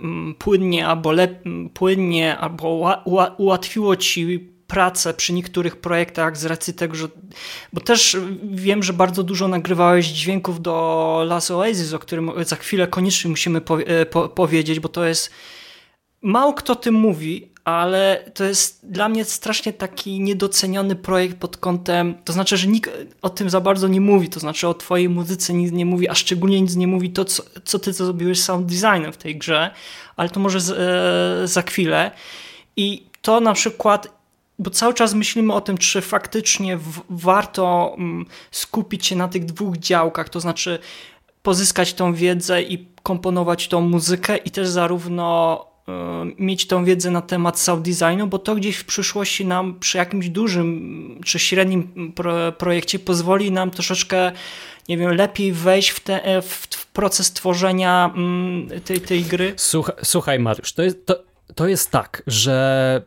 płynnie albo ułatwiło ci pracę przy niektórych projektach z racji tego, że... Bo też wiem, że bardzo dużo nagrywałeś dźwięków do Last Oasis, o którym za chwilę koniecznie musimy powiedzieć, bo to jest... Mało kto o tym mówi, ale to jest dla mnie strasznie taki niedoceniony projekt pod kątem, to znaczy, że nikt o tym za bardzo nie mówi, to znaczy o twojej muzyce nic nie mówi, a szczególnie nic nie mówi to, co ty zrobiłeś sound designem w tej grze, ale to może za chwilę. I to na przykład, bo cały czas myślimy o tym, czy faktycznie warto skupić się na tych dwóch działkach, to znaczy pozyskać tą wiedzę i komponować tą muzykę i też zarówno mieć tą wiedzę na temat sound designu, bo to gdzieś w przyszłości nam przy jakimś dużym czy średnim projekcie pozwoli nam troszeczkę, nie wiem, lepiej wejść w proces tworzenia tej gry. Słuchaj Mariusz, to jest tak, że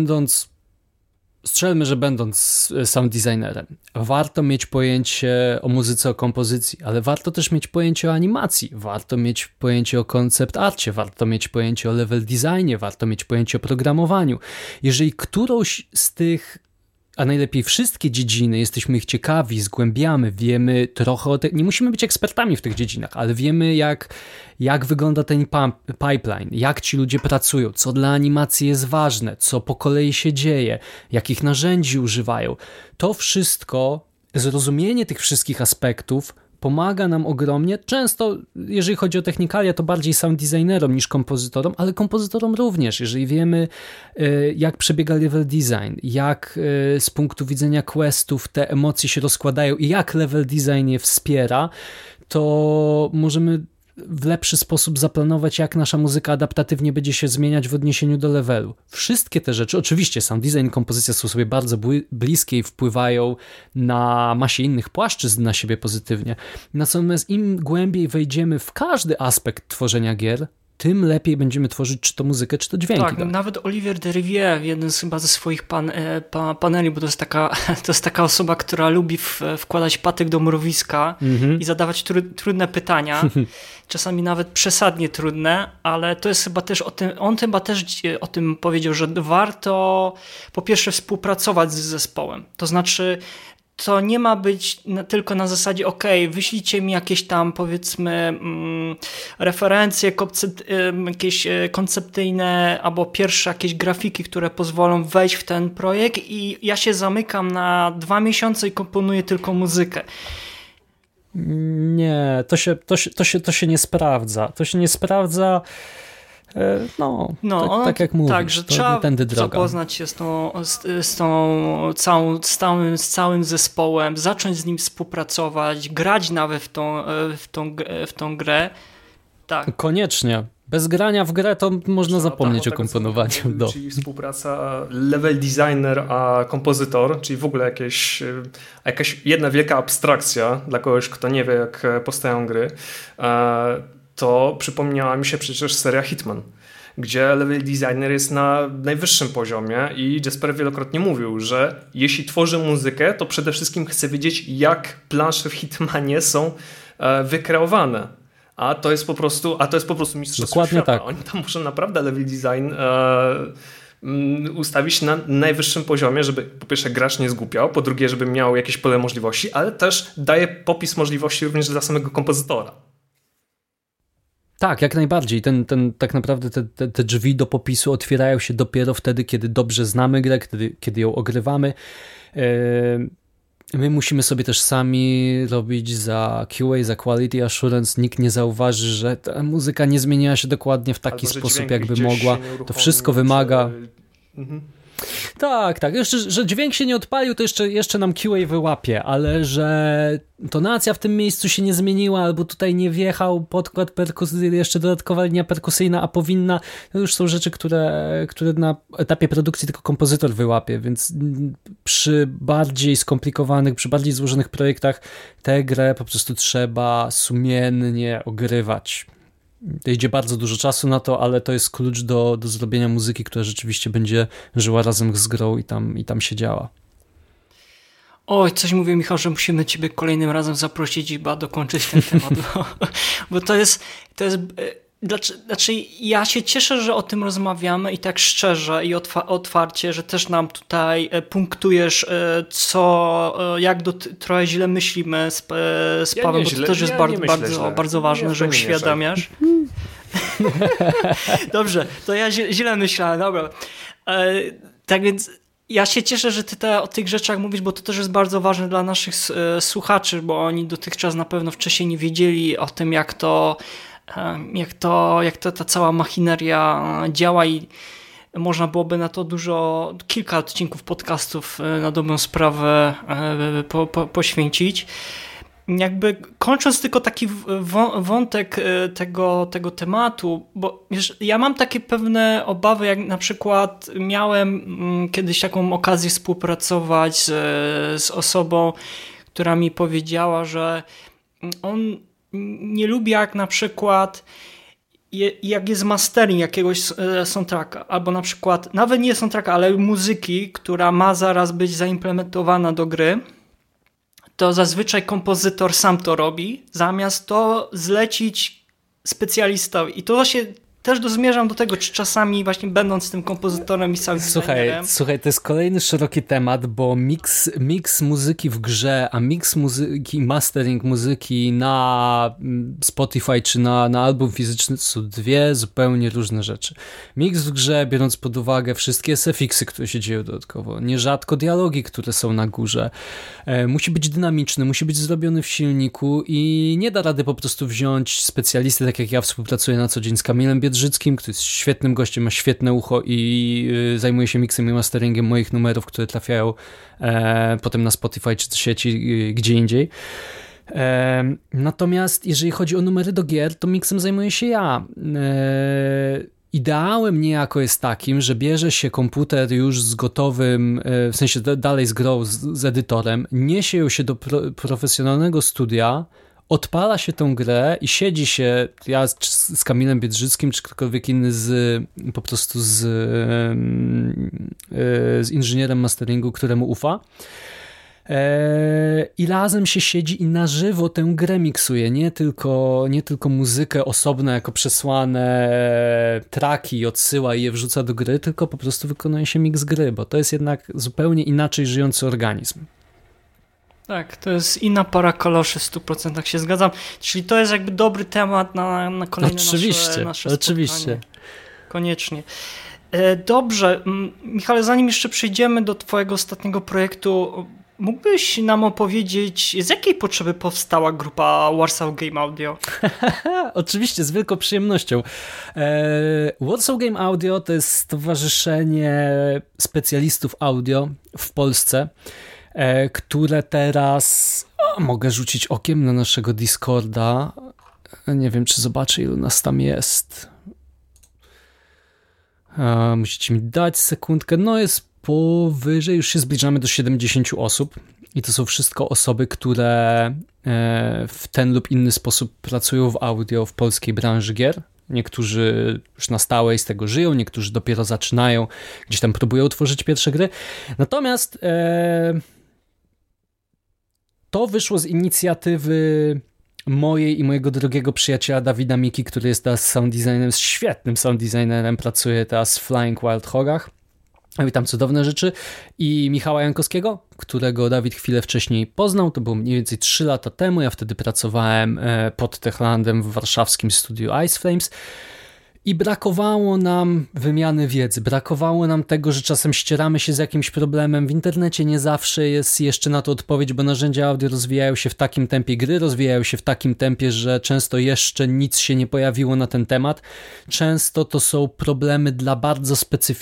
strzelmy, że będąc sound designerem, warto mieć pojęcie o muzyce, o kompozycji, ale warto też mieć pojęcie o animacji, warto mieć pojęcie o concept arcie, warto mieć pojęcie o level designie, warto mieć pojęcie o programowaniu. Jeżeli którąś z tych, a najlepiej wszystkie dziedziny, jesteśmy ich ciekawi, zgłębiamy, wiemy trochę nie musimy być ekspertami w tych dziedzinach, ale wiemy jak wygląda ten pipeline, jak ci ludzie pracują, co dla animacji jest ważne, co po kolei się dzieje, jakich narzędzi używają. To wszystko, zrozumienie tych wszystkich aspektów pomaga nam ogromnie. Często, jeżeli chodzi o technikalia, to bardziej sound designerom niż kompozytorom, ale kompozytorom również. Jeżeli wiemy, jak przebiega level design, jak z punktu widzenia questów te emocje się rozkładają i jak level design je wspiera, to możemy w lepszy sposób zaplanować, jak nasza muzyka adaptatywnie będzie się zmieniać w odniesieniu do levelu. Wszystkie te rzeczy, oczywiście sound design i kompozycja są sobie bardzo bliskie i wpływają na masę innych płaszczyzn na siebie pozytywnie. Natomiast im głębiej wejdziemy w każdy aspekt tworzenia gier, tym lepiej będziemy tworzyć czy to muzykę, czy to dźwięki. Tak, nawet Olivier Derivière, jeden chyba ze swoich paneli, bo to jest taka osoba, która lubi wkładać patyk do mrowiska i zadawać trudne pytania, czasami nawet przesadnie trudne, ale to jest chyba też on chyba też o tym powiedział, że warto po pierwsze współpracować z zespołem, to znaczy to nie ma być tylko na zasadzie wyślijcie mi jakieś tam powiedzmy referencje, jakieś koncepcyjne albo pierwsze jakieś grafiki, które pozwolą wejść w ten projekt i ja się zamykam na 2 miesiące i komponuję tylko muzykę. Nie, to się nie sprawdza. To się nie sprawdza Tak jak mówisz, tak, że trzeba zapoznać się z całym zespołem, zacząć z nim współpracować, grać nawet w tą grę. Tak. Koniecznie. Bez grania w grę to można zapomnieć o komponowaniu. Czyli współpraca level designer a kompozytor, czyli w ogóle jakaś jedna wielka abstrakcja dla kogoś, kto nie wie, jak powstają gry, to przypomniała mi się przecież seria Hitman, gdzie level designer jest na najwyższym poziomie i Jesper wielokrotnie mówił, że jeśli tworzy muzykę, to przede wszystkim chce wiedzieć, jak plansze w Hitmanie są wykreowane. A to jest po prostu mistrzostwo Dokładnie świata. tak. Oni tam muszą naprawdę level design ustawić na najwyższym poziomie, żeby po pierwsze gracz nie zgłupiał, po drugie, żeby miał jakieś pole możliwości, ale też daje popis możliwości również dla samego kompozytora. Tak, jak najbardziej. Tak naprawdę te drzwi do popisu otwierają się dopiero wtedy, kiedy dobrze znamy grę, kiedy ją ogrywamy. My musimy sobie też sami robić za QA, za Quality Assurance. Nikt nie zauważy, że ta muzyka nie zmieniła się dokładnie w taki sposób, jakby mogła. To wszystko wymaga... Tak. Jeszcze, że dźwięk się nie odpalił, to jeszcze nam QA wyłapie, ale że tonacja w tym miejscu się nie zmieniła, albo tutaj nie wjechał podkład perkusyjny, jeszcze dodatkowa linia perkusyjna, a powinna, to już są rzeczy, które na etapie produkcji tylko kompozytor wyłapie, więc przy bardziej skomplikowanych, przy bardziej złożonych projektach tę grę po prostu trzeba sumiennie ogrywać. To idzie bardzo dużo czasu na to, ale to jest klucz do zrobienia muzyki, która rzeczywiście będzie żyła razem z grą i tam się działa. Oj, coś mówię, Michał, że musimy ciebie kolejnym razem zaprosić i dokończyć ten temat, bo to jest znaczy ja się cieszę, że o tym rozmawiamy i tak szczerze i otwarcie, że też nam tutaj punktujesz, jak trochę źle myślimy z Pawłem, bo to też jest bardzo ważne, że uświadamiasz. Dobrze, to ja źle myślałem, dobra. Tak więc ja się cieszę, że ty o tych rzeczach mówisz, bo to też jest bardzo ważne dla naszych słuchaczy, bo oni dotychczas na pewno wcześniej nie wiedzieli o tym, jak ta cała machineria działa i można byłoby na to kilka odcinków podcastów na dobrą sprawę poświęcić. Jakby kończąc tylko taki wątek tego tematu, bo ja mam takie pewne obawy, jak na przykład miałem kiedyś taką okazję współpracować z osobą, która mi powiedziała, że on nie lubi, jak na przykład jak jest mastering jakiegoś soundtracka, albo na przykład nawet nie soundtracka, ale muzyki, która ma zaraz być zaimplementowana do gry, to zazwyczaj kompozytor sam to robi, zamiast to zlecić specjalistowi. I to się też zmierzam do tego, czy czasami właśnie będąc tym kompozytorem i sound designerem... Słuchaj, to jest kolejny szeroki temat, bo mix muzyki w grze, a mix muzyki, mastering muzyki na Spotify czy na album fizyczny są dwie zupełnie różne rzeczy. Mix w grze, biorąc pod uwagę wszystkie SFX-y, które się dzieją dodatkowo, nierzadko dialogi, które są na górze, musi być dynamiczny, musi być zrobiony w silniku i nie da rady po prostu wziąć specjalisty, tak jak ja współpracuję na co dzień z Kamilem Biedrzyckim, który jest świetnym gościem, ma świetne ucho i zajmuje się miksem i masteringiem moich numerów, które trafiają potem na Spotify czy sieci gdzie indziej. Natomiast jeżeli chodzi o numery do gier, to miksem zajmuję się ja. Ideałem niejako jest takim, że bierze się komputer już z gotowym, w sensie dalej z grą, z edytorem, niesie ją się do profesjonalnego studia, odpala się tę grę i siedzi się, ja z Kamilem Biedrzyckim, czy ktokolwiek inny po prostu z inżynierem masteringu, któremu ufa. I razem się siedzi i na żywo tę grę miksuje, nie tylko muzykę osobno jako przesłane traki i odsyła i je wrzuca do gry, tylko po prostu wykonuje się miks gry, bo to jest jednak zupełnie inaczej żyjący organizm. Tak, to jest inna para kaloszy, w 100% się zgadzam. Czyli to jest jakby dobry temat na kolejne nasze spotkanie. Koniecznie. Dobrze, Michale, zanim jeszcze przejdziemy do twojego ostatniego projektu, mógłbyś nam opowiedzieć, z jakiej potrzeby powstała grupa Warsaw Game Audio? Oczywiście, z wielką przyjemnością. Warsaw Game Audio to jest stowarzyszenie specjalistów audio w Polsce, które teraz... mogę rzucić okiem na naszego Discorda. Nie wiem, czy zobaczę, ilu nas tam jest. Musicie mi dać sekundkę. No jest powyżej, już się zbliżamy do 70 osób i to są wszystko osoby, które w ten lub inny sposób pracują w audio w polskiej branży gier. Niektórzy już na stałe z tego żyją, niektórzy dopiero zaczynają, gdzieś tam próbują tworzyć pierwsze gry. Natomiast to wyszło z inicjatywy mojej i mojego drogiego przyjaciela Dawida Miki, który jest teraz sound designerem, świetnym sound designerem, pracuje teraz w Flying Wild Hogach. Robi tam cudowne rzeczy. I Michała Jankowskiego, którego Dawid chwilę wcześniej poznał, to było mniej więcej 3 lata temu. Ja wtedy pracowałem pod Techlandem w warszawskim studiu Ice Flames. I brakowało nam wymiany wiedzy, brakowało nam tego, że czasem ścieramy się z jakimś problemem. W internecie nie zawsze jest jeszcze na to odpowiedź, bo narzędzia audio rozwijają się w takim tempie, gry rozwijają się w takim tempie, że często jeszcze nic się nie pojawiło na ten temat. Często to są problemy dla bardzo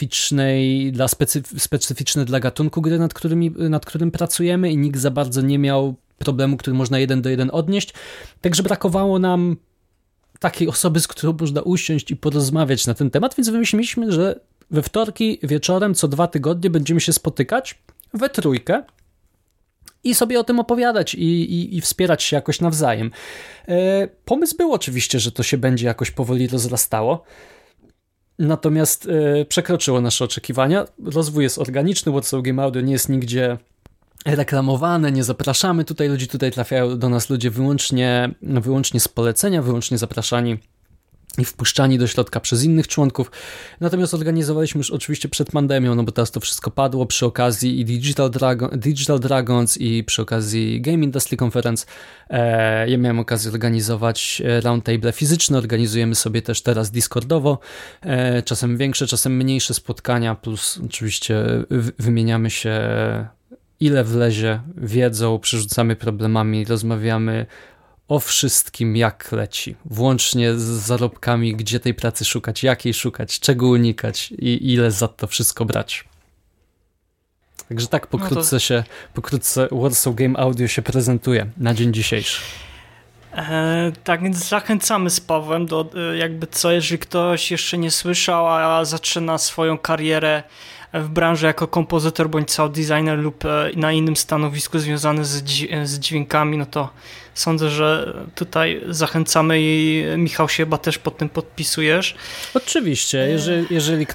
specyficzne dla gatunku gry, nad którym pracujemy i nikt za bardzo nie miał problemu, który można 1 do 1 odnieść. Także brakowało nam takiej osoby, z którą można usiąść i porozmawiać na ten temat, więc wymyśliliśmy, że we wtorki wieczorem co 2 tygodnie będziemy się spotykać we trójkę i sobie o tym opowiadać i wspierać się jakoś nawzajem. Pomysł był oczywiście, że to się będzie jakoś powoli rozrastało, natomiast przekroczyło nasze oczekiwania. Rozwój jest organiczny, Warsaw Game Audio nie jest nigdzie reklamowane, nie zapraszamy tutaj ludzi, tutaj trafiają do nas ludzie wyłącznie z polecenia, wyłącznie zapraszani i wpuszczani do środka przez innych członków. Natomiast organizowaliśmy już oczywiście przed pandemią, no bo teraz to wszystko padło przy okazji i Digital Dragons i przy okazji Game Industry Conference. Ja miałem okazję organizować roundtable fizyczne, organizujemy sobie też teraz Discordowo, czasem większe, czasem mniejsze spotkania, plus oczywiście wymieniamy się ile wlezie wiedzą, przerzucamy problemami, rozmawiamy o wszystkim, jak leci, włącznie z zarobkami, gdzie tej pracy szukać, jakiej szukać, czego unikać i ile za to wszystko brać. Także tak pokrótce Warsaw Game Audio się prezentuje na dzień dzisiejszy. Tak więc zachęcamy z Pawłem do jakby co, jeżeli ktoś jeszcze nie słyszał, a zaczyna swoją karierę w branży jako kompozytor bądź sound designer lub na innym stanowisku związane z dźwiękami, no to sądzę, że tutaj zachęcamy i Michał się chyba też pod tym podpisujesz. Oczywiście, jeżeli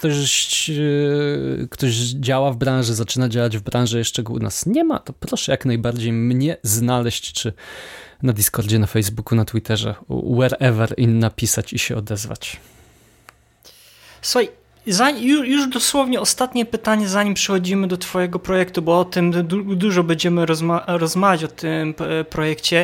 ktoś działa w branży, zaczyna działać w branży, jeszcze go u nas nie ma, to proszę jak najbardziej mnie znaleźć, czy na Discordzie, na Facebooku, na Twitterze, wherever napisać i się odezwać. Słuchaj, już dosłownie ostatnie pytanie, zanim przechodzimy do twojego projektu, bo o tym dużo będziemy rozmawiać, o tym projekcie.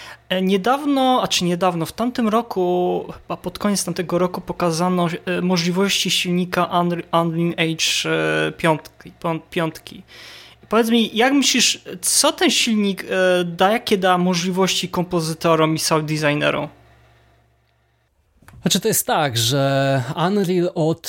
W tamtym roku, chyba pod koniec tamtego roku pokazano możliwości silnika Unreal Engine 5. Powiedz mi, jak myślisz, co ten silnik jakie da możliwości kompozytorom i sound designerom? Znaczy to jest tak, że Unreal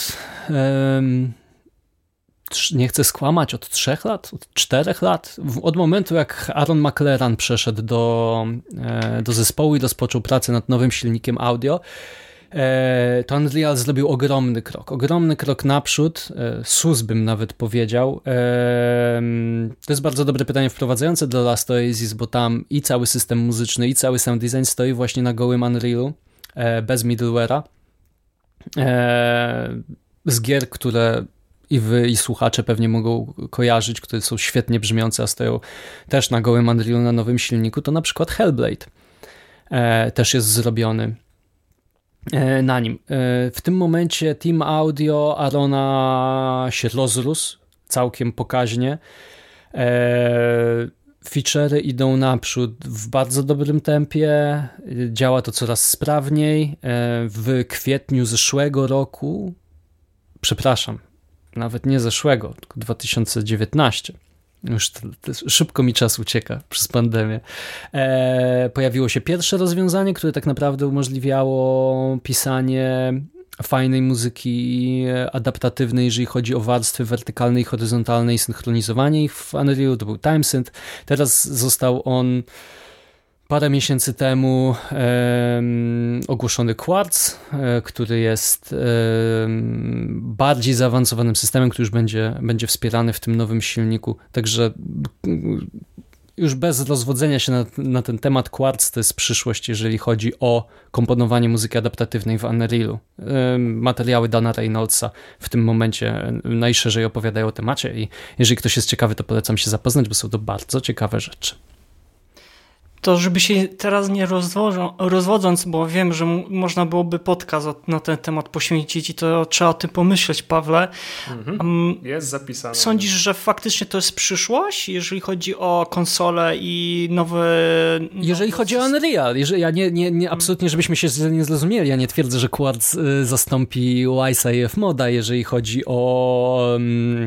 nie chcę skłamać, od 3 lat, od 4 lat, od momentu jak Aaron McLaren przeszedł do zespołu i rozpoczął pracę nad nowym silnikiem audio, to Unreal zrobił ogromny krok naprzód, sus bym nawet powiedział. To jest bardzo dobre pytanie wprowadzające do Last Oasis, bo tam i cały system muzyczny, i cały sound design stoi właśnie na gołym Unrealu, bez middleware'a. Z gier, które i wy, i słuchacze pewnie mogą kojarzyć, które są świetnie brzmiące, a stoją też na gołym Unrealu, na nowym silniku, to na przykład Hellblade też jest zrobiony na nim. W tym momencie team audio Arona się rozrósł całkiem pokaźnie. Feature'y idą naprzód w bardzo dobrym tempie, działa to coraz sprawniej. W kwietniu zeszłego roku, nawet nie zeszłego, tylko 2019, Już szybko mi czas ucieka przez pandemię. Pojawiło się pierwsze rozwiązanie, które tak naprawdę umożliwiało pisanie fajnej muzyki adaptatywnej, jeżeli chodzi o warstwy wertykalne i horyzontalne i synchronizowanie ich w Unrealu. To był TimeSynth. Teraz został on parę miesięcy temu ogłoszony Quartz, który jest bardziej zaawansowanym systemem, który już będzie wspierany w tym nowym silniku. Także już bez rozwodzenia się na ten temat, Quartz to jest przyszłość, jeżeli chodzi o komponowanie muzyki adaptatywnej w Unrealu. Materiały Dana Reynoldsa w tym momencie najszerzej opowiadają o temacie i jeżeli ktoś jest ciekawy, to polecam się zapoznać, bo są to bardzo ciekawe rzeczy. To żeby się teraz nie rozwodząc, bo wiem, że można byłoby podcast na ten temat poświęcić i to trzeba o tym pomyśleć, Pawle. Jest zapisane. Sądzisz, że faktycznie to jest przyszłość, jeżeli chodzi o konsole i nowe... Jeżeli chodzi o Unreal, ja nie absolutnie, żebyśmy się nie zrozumieli, ja nie twierdzę, że Quartz zastąpi Wise'a i Fmoda, jeżeli chodzi o...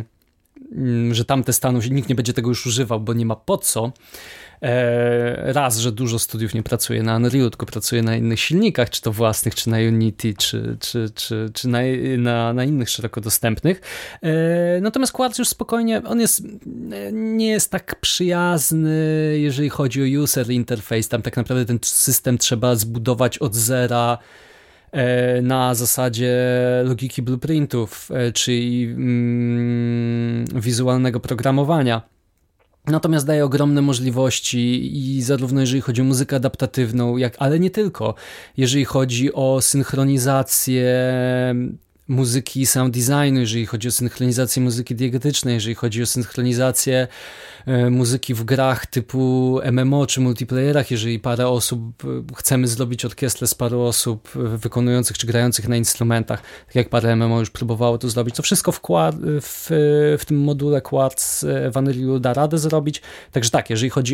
że tamte stanu nikt nie będzie tego już używał, bo nie ma po co. Raz, że dużo studiów nie pracuje na Unreal, tylko pracuje na innych silnikach, czy to własnych, czy na Unity, czy na innych szeroko dostępnych. Natomiast Quartz już spokojnie, on nie jest tak przyjazny, jeżeli chodzi o user interface. Tam tak naprawdę ten system trzeba zbudować od zera na zasadzie logiki blueprintów, czyli wizualnego programowania. Natomiast daje ogromne możliwości i zarówno jeżeli chodzi o muzykę adaptatywną, ale nie tylko. Jeżeli chodzi o synchronizację muzyki i sound designu, jeżeli chodzi o synchronizację muzyki diegetycznej, jeżeli chodzi o synchronizację muzyki w grach typu MMO czy multiplayerach, jeżeli parę osób, chcemy zrobić orkiestrę z paru osób wykonujących czy grających na instrumentach, tak jak parę MMO już próbowało to zrobić, to wszystko w tym module Quartz w Unrealu da radę zrobić. Także tak, jeżeli chodzi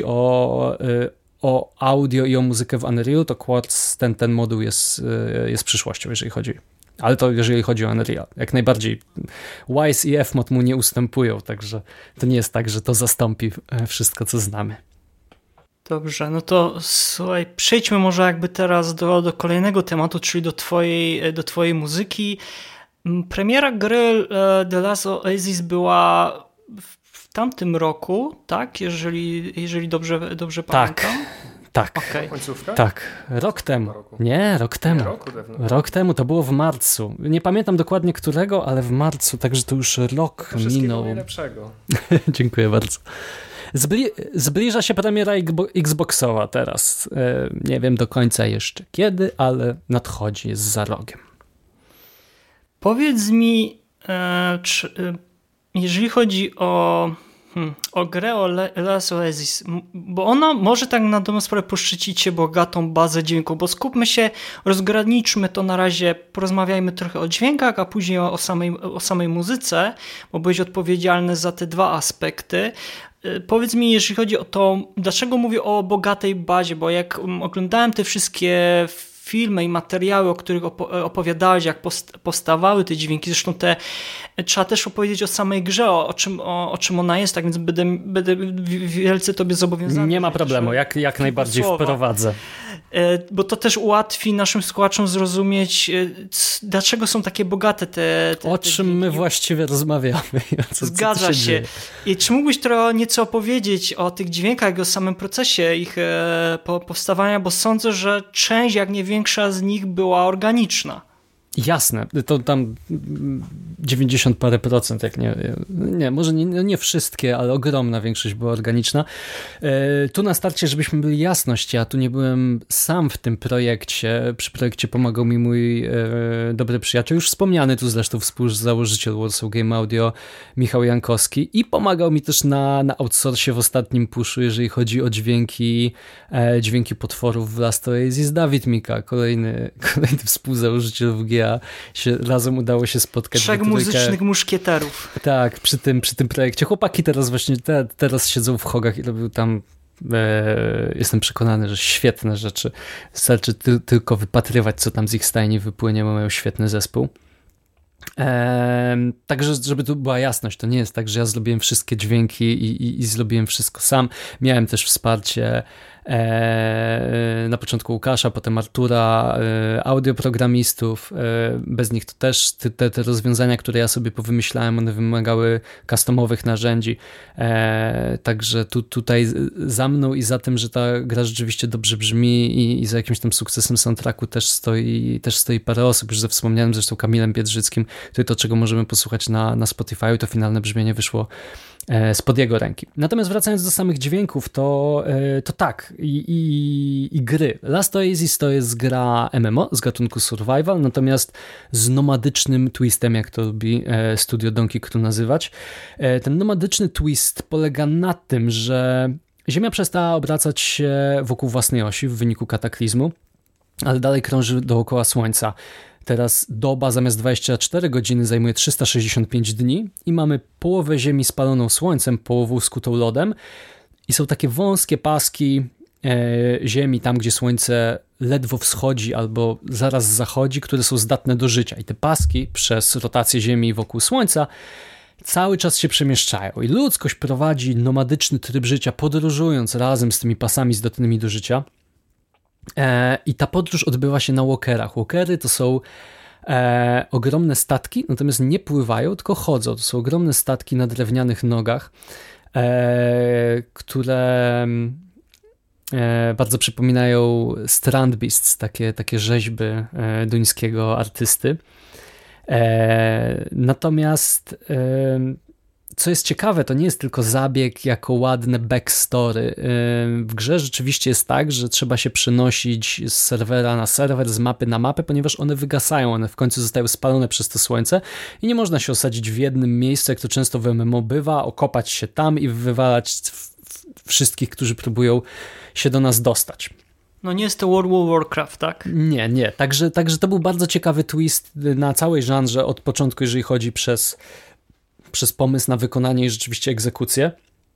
o audio i o muzykę w Unrealu, to Quartz, ten moduł jest przyszłością, jeżeli chodzi. Ale to jeżeli chodzi o Unreal. Jak najbardziej Wise i Fmod mu nie ustępują, także to nie jest tak, że to zastąpi wszystko, co znamy. Dobrze, no to słuchaj, przejdźmy może jakby teraz do kolejnego tematu, czyli do twojej muzyki. Premiera gry The Last Oasis była w tamtym roku, tak? Jeżeli dobrze pamiętam. Tak, okay. Tak, rok temu. Nie, rok temu. Rok temu, to było w marcu. Nie pamiętam dokładnie którego, ale w marcu, także to już rok minął. Najlepszego. Dziękuję bardzo. Zbliża się premiera Xboxowa teraz. Nie wiem do końca jeszcze kiedy, ale nadchodzi, jest za rogiem. Powiedz mi, jeżeli chodzi o grę o Last Oasis, bo ona może tak na dobrą sprawę poszczycić się bogatą bazę dźwięku, bo skupmy się, rozgraniczmy to na razie, porozmawiajmy trochę o dźwiękach, a później o samej muzyce, bo byłeś odpowiedzialny za te dwa aspekty. Powiedz mi, jeżeli chodzi o to, dlaczego mówię o bogatej bazie, bo jak oglądałem te wszystkie filmy i materiały, o których opowiadałeś, jak powstawały te dźwięki. Zresztą trzeba też opowiedzieć o samej grze, o czym ona jest, tak więc będę wielce tobie zobowiązany. Nie ma problemu, jak najbardziej wprowadzę. Bo to też ułatwi naszym słuchaczom zrozumieć, dlaczego są takie bogate te o czym my właściwie rozmawiamy. Zgadza się. I czy mógłbyś nieco opowiedzieć o tych dźwiękach i o samym procesie ich powstawania, bo sądzę, że część, jak nie większa z nich była organiczna. Jasne, to tam 90 parę procent, jak nie, może nie wszystkie, ale ogromna większość była organiczna. Tu na starcie, żebyśmy byli jasność, ja tu nie byłem sam w tym projekcie, przy projekcie pomagał mi mój dobry przyjaciel, już wspomniany tu zresztą współzałożyciel Warsaw Game Audio, Michał Jankowski, i pomagał mi też na outsourcie w ostatnim pushu, jeżeli chodzi o dźwięki potworów w Last Oasis, Dawid Mika, kolejny współzałożyciel WGA. Razem udało się spotkać. 3 muzycznych muszkieterów. Tak, przy tym projekcie. Chłopaki teraz właśnie teraz siedzą w Hogach i robią tam, jestem przekonany, że świetne rzeczy. Wystarczy tylko wypatrywać, co tam z ich stajni wypłynie, bo mają świetny zespół. Także, żeby tu była jasność, to nie jest tak, że ja zrobiłem wszystkie dźwięki i zrobiłem wszystko sam. Miałem też wsparcie na początku Łukasza, potem Artura, audioprogramistów. Bez nich to też te rozwiązania, które ja sobie powymyślałem, one wymagały customowych narzędzi. Także tutaj za mną i za tym, że ta gra rzeczywiście dobrze brzmi i za jakimś tam sukcesem soundtracku też stoi parę osób, już ze wspomnianym zresztą Kamilem Biedrzyckim, który to, czego możemy posłuchać na Spotify'u, to finalne brzmienie wyszło spod jego ręki. Natomiast wracając do samych dźwięków, to tak, i gry. Last Oasis to jest gra MMO z gatunku survival, natomiast z nomadycznym twistem, jak to lubi studio Donkey Kong nazywać. Ten nomadyczny twist polega na tym, że Ziemia przestała obracać się wokół własnej osi w wyniku kataklizmu, ale dalej krąży dookoła Słońca. Teraz doba zamiast 24 godziny zajmuje 365 dni i mamy połowę Ziemi spaloną Słońcem, połowę skutą lodem i są takie wąskie paski Ziemi, tam gdzie Słońce ledwo wschodzi albo zaraz zachodzi, które są zdatne do życia. I te paski przez rotację Ziemi wokół Słońca cały czas się przemieszczają i ludzkość prowadzi nomadyczny tryb życia, podróżując razem z tymi pasami zdatnymi do życia. I ta podróż odbywa się na walkerach. Walkery to są ogromne statki, natomiast nie pływają, tylko chodzą. To są ogromne statki na drewnianych nogach, które bardzo przypominają Strand Beasts, takie rzeźby duńskiego artysty. Natomiast co jest ciekawe, to nie jest tylko zabieg jako ładne backstory. W grze rzeczywiście jest tak, że trzeba się przenosić z serwera na serwer, z mapy na mapę, ponieważ one wygasają, one w końcu zostały spalone przez to słońce i nie można się osadzić w jednym miejscu, jak to często w MMO bywa, okopać się tam i wywalać wszystkich, którzy próbują się do nas dostać. No nie jest to World of Warcraft, tak? Nie. Także to był bardzo ciekawy twist na całej żanrze od początku, jeżeli chodzi przez pomysł na wykonanie i rzeczywiście egzekucję.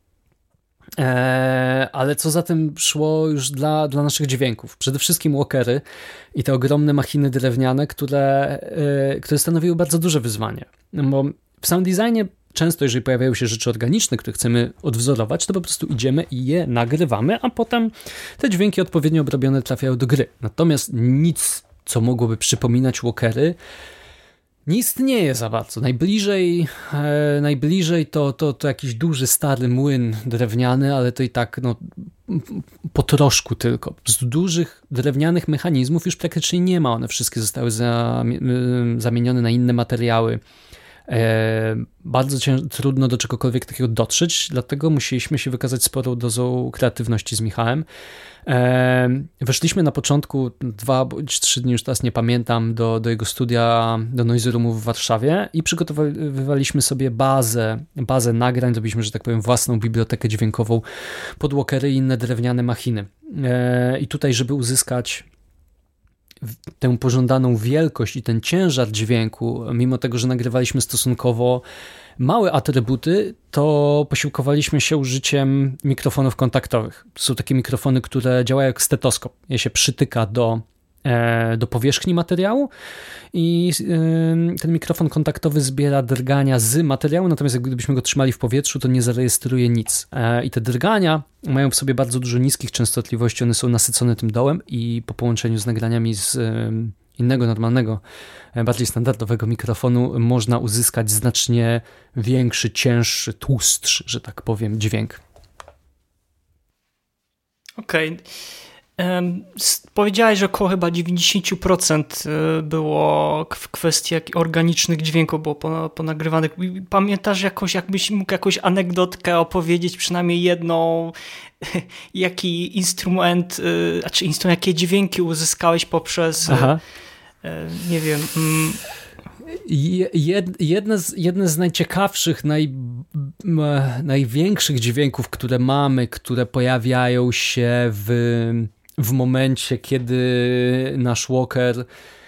Ale co za tym szło już dla naszych dźwięków? Przede wszystkim walkery i te ogromne machiny drewniane, które stanowiły bardzo duże wyzwanie. Bo w sound designie często, jeżeli pojawiają się rzeczy organiczne, które chcemy odwzorować, to po prostu idziemy i je nagrywamy, a potem te dźwięki odpowiednio obrobione trafiają do gry. Natomiast nic, co mogłoby przypominać walkery, nie istnieje za bardzo. Najbliżej to jakiś duży, stary młyn drewniany, ale to i tak po troszku tylko. Z dużych drewnianych mechanizmów już praktycznie nie ma. One wszystkie zostały zamienione na inne materiały. Bardzo trudno do czegokolwiek takiego dotrzeć, dlatego musieliśmy się wykazać sporą dozą kreatywności z Michałem. Weszliśmy na początku 2 bądź 3 dni, już teraz nie pamiętam, do jego studia, do Noise Roomu w Warszawie i przygotowywaliśmy sobie bazę nagrań, zrobiliśmy, że tak powiem, własną bibliotekę dźwiękową pod walkery i inne drewniane machiny. I tutaj, żeby uzyskać tę pożądaną wielkość i ten ciężar dźwięku, mimo tego, że nagrywaliśmy stosunkowo małe atrybuty, to posiłkowaliśmy się użyciem mikrofonów kontaktowych. To są takie mikrofony, które działają jak stetoskop. Je się przytyka do powierzchni materiału i ten mikrofon kontaktowy zbiera drgania z materiału, natomiast gdybyśmy go trzymali w powietrzu, to nie zarejestruje nic. I te drgania mają w sobie bardzo dużo niskich częstotliwości, one są nasycone tym dołem i po połączeniu z nagraniami z innego, normalnego, bardziej standardowego mikrofonu można uzyskać znacznie większy, cięższy, tłustszy, że tak powiem, dźwięk. Okej. Powiedziałeś, że około chyba 90% było w kwestii organicznych dźwięków było ponagrywanych. Pamiętasz jakbyś mógł jakąś anegdotkę opowiedzieć, przynajmniej jedną, jaki instrument, jakie dźwięki uzyskałeś poprzez, nie wiem... Jedne z najciekawszych, największych dźwięków, które mamy, które pojawiają się w momencie, kiedy nasz walker,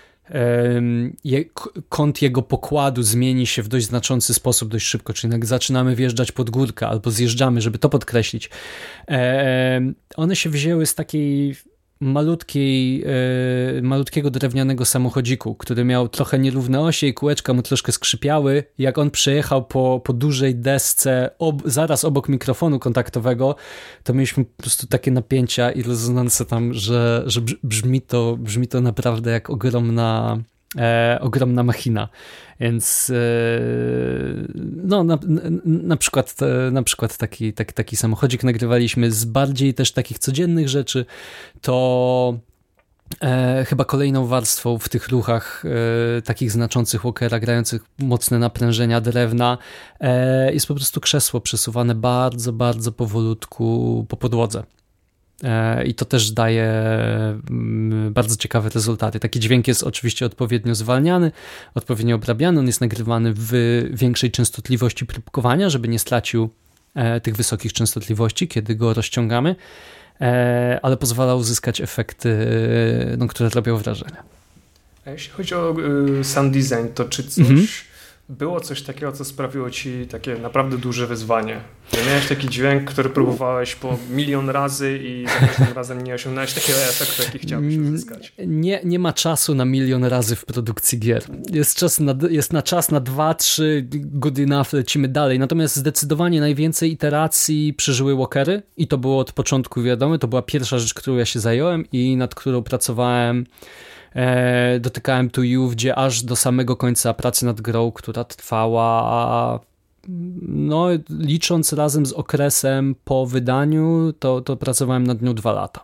kąt jego pokładu zmieni się w dość znaczący sposób, dość szybko, czyli jak zaczynamy wjeżdżać pod górkę albo zjeżdżamy, żeby to podkreślić. One się wzięły z takiej malutkiego drewnianego samochodziku, który miał trochę nierówne osie i kółeczka mu troszkę skrzypiały. Jak on przejechał po dużej desce zaraz obok mikrofonu kontaktowego, to mieliśmy po prostu takie napięcia i rezonanse tam, że brzmi to naprawdę jak ogromna machina. Więc no, na przykład taki samochodzik nagrywaliśmy. Z bardziej też takich codziennych rzeczy to chyba kolejną warstwą w tych ruchach takich znaczących Walkera, grających mocne naprężenia drewna, jest po prostu krzesło przesuwane bardzo, bardzo powolutku po podłodze. I to też daje bardzo ciekawe rezultaty. Taki dźwięk jest oczywiście odpowiednio zwalniany, odpowiednio obrabiany, on jest nagrywany w większej częstotliwości próbkowania, żeby nie stracił tych wysokich częstotliwości, kiedy go rozciągamy, ale pozwala uzyskać efekty, które robią wrażenie. A jeśli chodzi o sound design, to czy coś było coś takiego, co sprawiło ci takie naprawdę duże wyzwanie? Że miałeś taki dźwięk, który próbowałeś po milion razy i za każdym razem nie osiągnąłeś takiego efektu, jaki chciałbyś uzyskać? Nie ma czasu na milion razy w produkcji gier. Jest czas na 2-3, good enough, lecimy dalej. Natomiast zdecydowanie najwięcej iteracji przeżyły Walkery i to było od początku wiadomo. To była pierwsza rzecz, którą ja się zająłem i nad którą pracowałem. Dotykałem tu i ówdzie aż do samego końca pracy nad grą, która trwała, no licząc razem z okresem po wydaniu, to pracowałem nad nią 2 lata.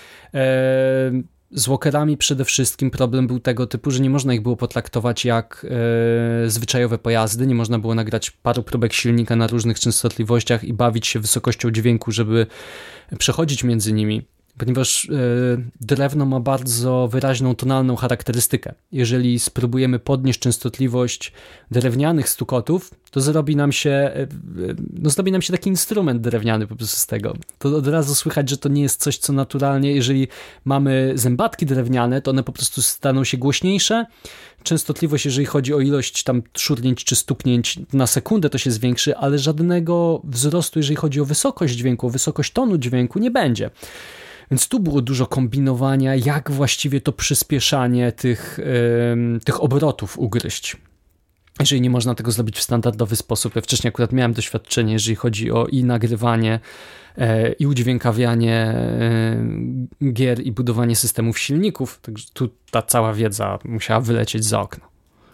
Z Walkerami przede wszystkim problem był tego typu, że nie można ich było potraktować jak zwyczajowe pojazdy, nie można było nagrać paru próbek silnika na różnych częstotliwościach i bawić się wysokością dźwięku, żeby przechodzić między nimi. Ponieważ drewno ma bardzo wyraźną tonalną charakterystykę. Jeżeli spróbujemy podnieść częstotliwość drewnianych stukotów, to zrobi nam się taki instrument drewniany po prostu z tego. To od razu słychać, że to nie jest coś, co naturalnie, jeżeli mamy zębatki drewniane, to one po prostu staną się głośniejsze. Częstotliwość, jeżeli chodzi o ilość tam szurnięć czy stuknięć na sekundę, to się zwiększy, ale żadnego wzrostu, jeżeli chodzi o wysokość dźwięku, o wysokość tonu dźwięku nie będzie. Więc tu było dużo kombinowania, jak właściwie to przyspieszanie tych obrotów ugryźć. Jeżeli nie można tego zrobić w standardowy sposób. Ja wcześniej akurat miałem doświadczenie, jeżeli chodzi o i nagrywanie, i udźwiękawianie gier, i budowanie systemów silników. Także tu ta cała wiedza musiała wylecieć za okno.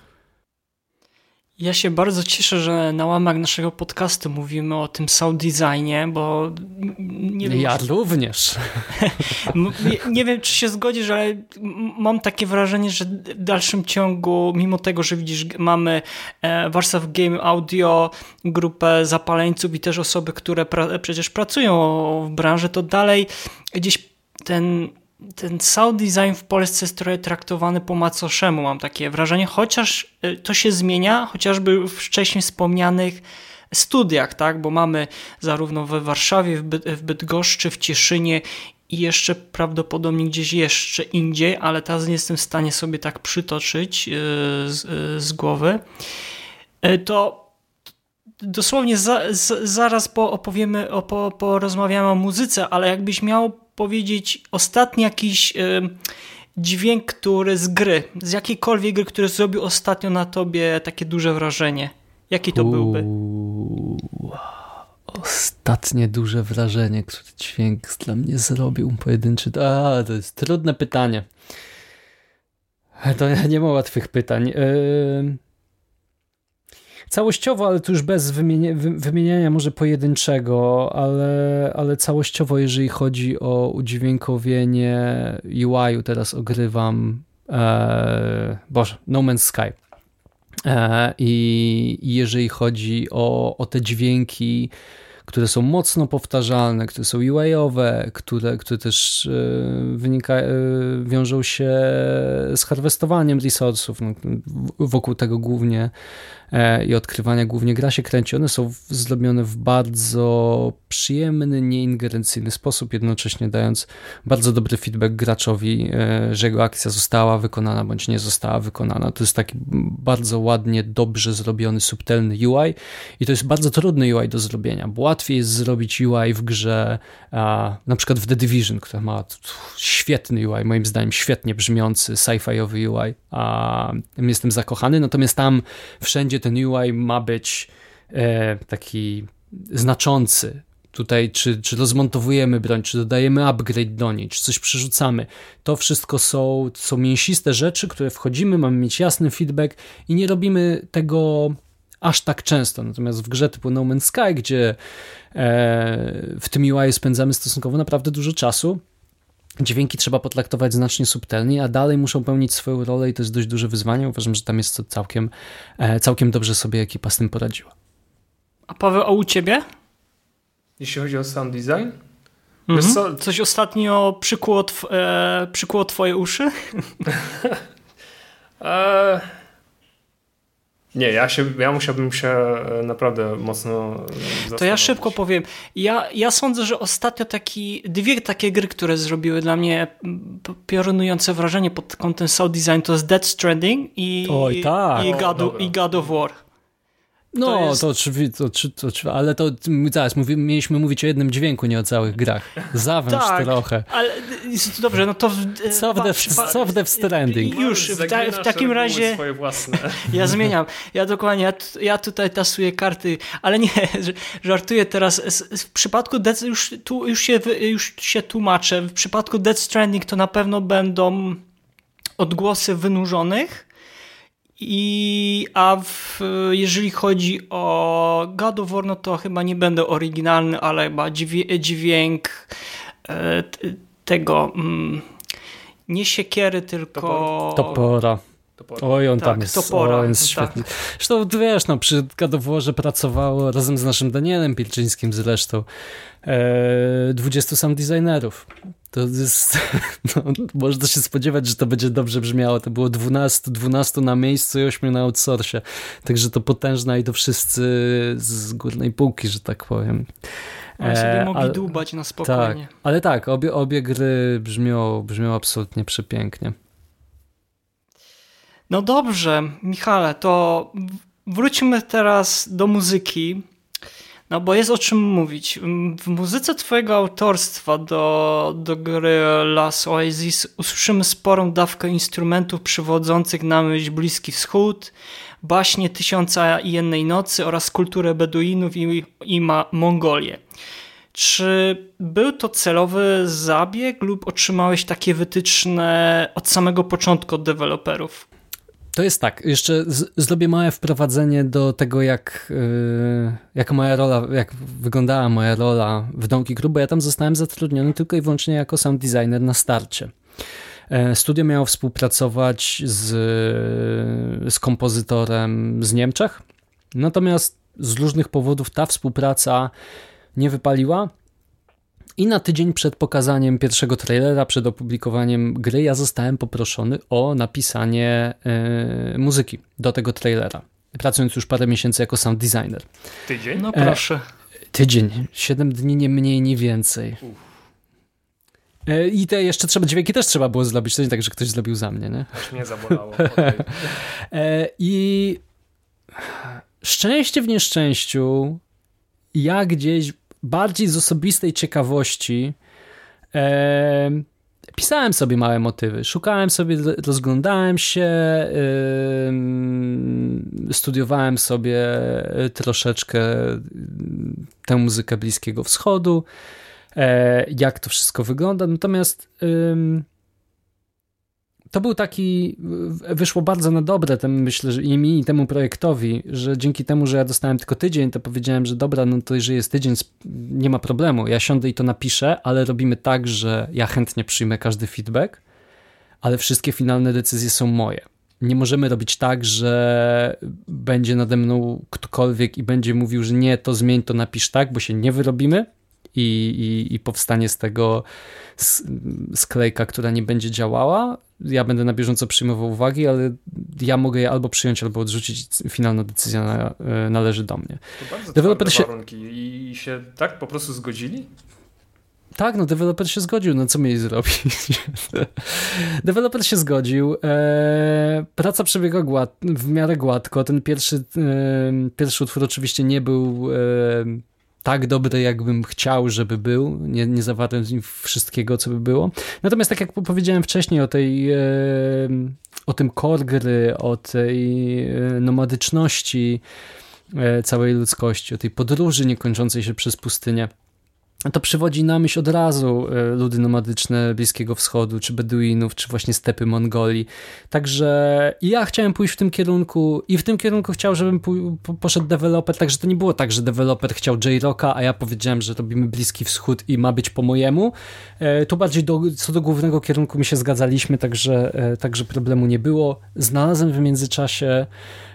Ja się bardzo cieszę, że na łamach naszego podcastu mówimy o tym sound designie, bo nie wiem... Ja również. Nie wiem, czy się zgodzisz, ale mam takie wrażenie, że w dalszym ciągu, mimo tego, że widzisz, mamy Warsaw Game Audio, grupę zapaleńców i też osoby, które przecież pracują w branży, to dalej gdzieś ten sound design w Polsce jest trochę traktowany po macoszemu, mam takie wrażenie, chociaż to się zmienia, chociażby w wcześniej wspomnianych studiach, tak? Bo mamy zarówno we Warszawie, w Bydgoszczy, w Cieszynie i jeszcze prawdopodobnie gdzieś jeszcze indziej, ale teraz nie jestem w stanie sobie tak przytoczyć z głowy. To dosłownie zaraz porozmawiamy o muzyce, ale jakbyś miał powiedzieć ostatni jakiś dźwięk, który z gry, z jakiejkolwiek gry, który zrobił ostatnio na tobie takie duże wrażenie. Jaki to byłby? Ostatnie duże wrażenie, który dźwięk dla mnie zrobił pojedynczy. To jest trudne pytanie. To nie ma łatwych pytań. Całościowo, ale tu już bez wymieniania może pojedynczego, ale całościowo, jeżeli chodzi o udźwiękowienie UI-u, teraz ogrywam No Man's Sky. I jeżeli chodzi o te dźwięki, które są mocno powtarzalne, które są UI-owe, które też wiążą się z harwestowaniem resursów, wokół tego głównie i odkrywania głównie gra się kręci. One są zrobione w bardzo przyjemny, nieingerencyjny sposób, jednocześnie dając bardzo dobry feedback graczowi, że jego akcja została wykonana bądź nie została wykonana. To jest taki bardzo ładnie, dobrze zrobiony, subtelny UI i to jest bardzo trudny UI do zrobienia, bo łatwiej jest zrobić UI w grze, na przykład w The Division, która ma świetny UI, moim zdaniem świetnie brzmiący, sci-fiowy UI, jestem zakochany, natomiast tam wszędzie ten UI ma być taki znaczący. Tutaj czy rozmontowujemy broń, czy dodajemy upgrade do niej, czy coś przerzucamy. To wszystko są mięsiste rzeczy, które wchodzimy, mamy mieć jasny feedback i nie robimy tego aż tak często. Natomiast w grze typu No Man's Sky, gdzie w tym UI spędzamy stosunkowo naprawdę dużo czasu, dźwięki trzeba potraktować znacznie subtelniej, a dalej muszą pełnić swoją rolę i to jest dość duże wyzwanie. Uważam, że tam jest to całkiem dobrze sobie ekipa z tym poradziła. A Paweł, a u ciebie? Jeśli chodzi o sound design? Coś ostatnio przykuło twoje uszy? Nie, ja musiałbym się naprawdę mocno zastanowić. To ja szybko powiem. Ja sądzę, że ostatnio dwie takie gry, które zrobiły dla mnie piorunujące wrażenie pod kątem sound design, to jest Death Stranding i God of War. No, to oczywiście, ale to zaraz, mieliśmy mówić o jednym dźwięku, nie o całych grach. Zawęż trochę. Ale dobrze, no to... Co w Death Stranding? Już, w takim razie... Swoje własne. Ja zmieniam. Ja dokładnie, ja tutaj tasuję karty, ale nie, żartuję teraz. W przypadku już się tłumaczę. W przypadku Death Stranding to na pewno będą odgłosy wynurzonych, jeżeli chodzi o God of War, no to chyba nie będę oryginalny, ale chyba dźwięk tego nie siekiery, tylko topora. Oj, on tak, tam jest, topora, on jest świetny. Tak. Zresztą wiesz, przy God of Warze pracowało razem z naszym Danielem Pilczyńskim zresztą 20 sound designerów. To jest, można się spodziewać, że to będzie dobrze brzmiało. To było 12 na miejscu i 8 na outsourcie. Także to potężna i to wszyscy z górnej półki, że tak powiem. Oni sobie mogli dłubać na spokojnie. Tak, ale tak, obie gry brzmią absolutnie przepięknie. No dobrze, Michale, to wróćmy teraz do muzyki. No bo jest o czym mówić. W muzyce twojego autorstwa do gry Last Oasis usłyszymy sporą dawkę instrumentów przywodzących na myśl Bliski Wschód, baśnie Tysiąca i Jednej Nocy oraz kulturę Beduinów i Mongolię. Czy był to celowy zabieg lub otrzymałeś takie wytyczne od samego początku od deweloperów? To jest tak, jeszcze zrobię małe wprowadzenie do tego, jak wyglądała moja rola w Donkey Group, bo ja tam zostałem zatrudniony tylko i wyłącznie jako sound designer na starcie. Studio miało współpracować z kompozytorem z Niemczech, natomiast z różnych powodów ta współpraca nie wypaliła. I na tydzień przed pokazaniem pierwszego trailera, przed opublikowaniem gry, ja zostałem poproszony o napisanie muzyki do tego trailera, pracując już parę miesięcy jako sound designer. Tydzień? No proszę. Tydzień. 7 dni, nie mniej, nie więcej. I te jeszcze dźwięki też trzeba było zrobić, to nie tak, że ktoś zrobił za mnie, nie? Aż mnie zabolało. I szczęście w nieszczęściu, ja gdzieś bardziej z osobistej ciekawości pisałem sobie małe motywy, szukałem sobie, rozglądałem się, studiowałem sobie troszeczkę tę muzykę Bliskiego Wschodu, jak to wszystko wygląda, natomiast to był wyszło bardzo na dobre, myślę, że i mi, i temu projektowi, że dzięki temu, że ja dostałem tylko tydzień, to powiedziałem, że dobra, no to jeżeli jest tydzień, nie ma problemu, ja siądę i to napiszę, ale robimy tak, że ja chętnie przyjmę każdy feedback, ale wszystkie finalne decyzje są moje. Nie możemy robić tak, że będzie nade mną ktokolwiek i będzie mówił, że nie, to zmień, to napisz tak, bo się nie wyrobimy i powstanie z tego sklejka, która nie będzie działała. Ja będę na bieżąco przyjmował uwagi, ale ja mogę je albo przyjąć, albo odrzucić. Finalna decyzja należy do mnie. To bardzo twarde warunki i się tak po prostu zgodzili? Tak, no deweloper się zgodził, no co mieli zrobić? Deweloper się zgodził, praca przebiega w miarę gładko, ten pierwszy utwór oczywiście nie był tak dobry, jakbym chciał, żeby był, nie zawarłem w nim wszystkiego, co by było. Natomiast tak jak powiedziałem wcześniej o tym core gry, o tej nomadyczności całej ludzkości, o tej podróży niekończącej się przez pustynię, to przywodzi na myśl od razu ludy nomadyczne Bliskiego Wschodu, czy Beduinów, czy właśnie stepy Mongolii. Także ja chciałem pójść w tym kierunku i w tym kierunku chciał, żebym poszedł deweloper, także to nie było tak, że deweloper chciał J-Rocka, a ja powiedziałem, że robimy Bliski Wschód i ma być po mojemu. Tu bardziej co do głównego kierunku mi się zgadzaliśmy, także problemu nie było. Znalazłem w międzyczasie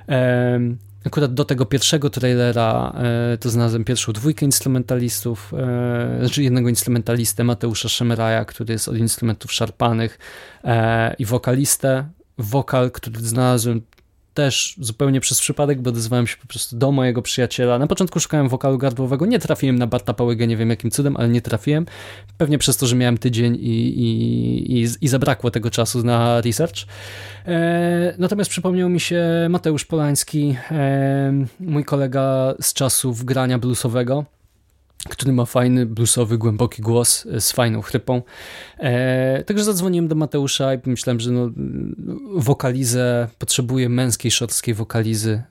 akurat do tego pierwszego trailera to znalazłem pierwszą dwójkę instrumentalistów, znaczy jednego instrumentalistę, Mateusza Szemeraja, który jest od instrumentów szarpanych, i wokalistę. Wokal, który znalazłem też zupełnie przez przypadek, bo odezwałem się po prostu do mojego przyjaciela. Na początku szukałem wokalu gardłowego, nie trafiłem na Barta Pałygę, nie wiem jakim cudem, ale nie trafiłem. Pewnie przez to, że miałem tydzień i zabrakło tego czasu na research. Natomiast przypomniał mi się Mateusz Polański, mój kolega z czasów grania bluesowego, który ma fajny, bluesowy, głęboki głos z fajną chrypą. Także zadzwoniłem do Mateusza i myślałem, że wokalizę, potrzebuję męskiej, szorstkiej wokalizy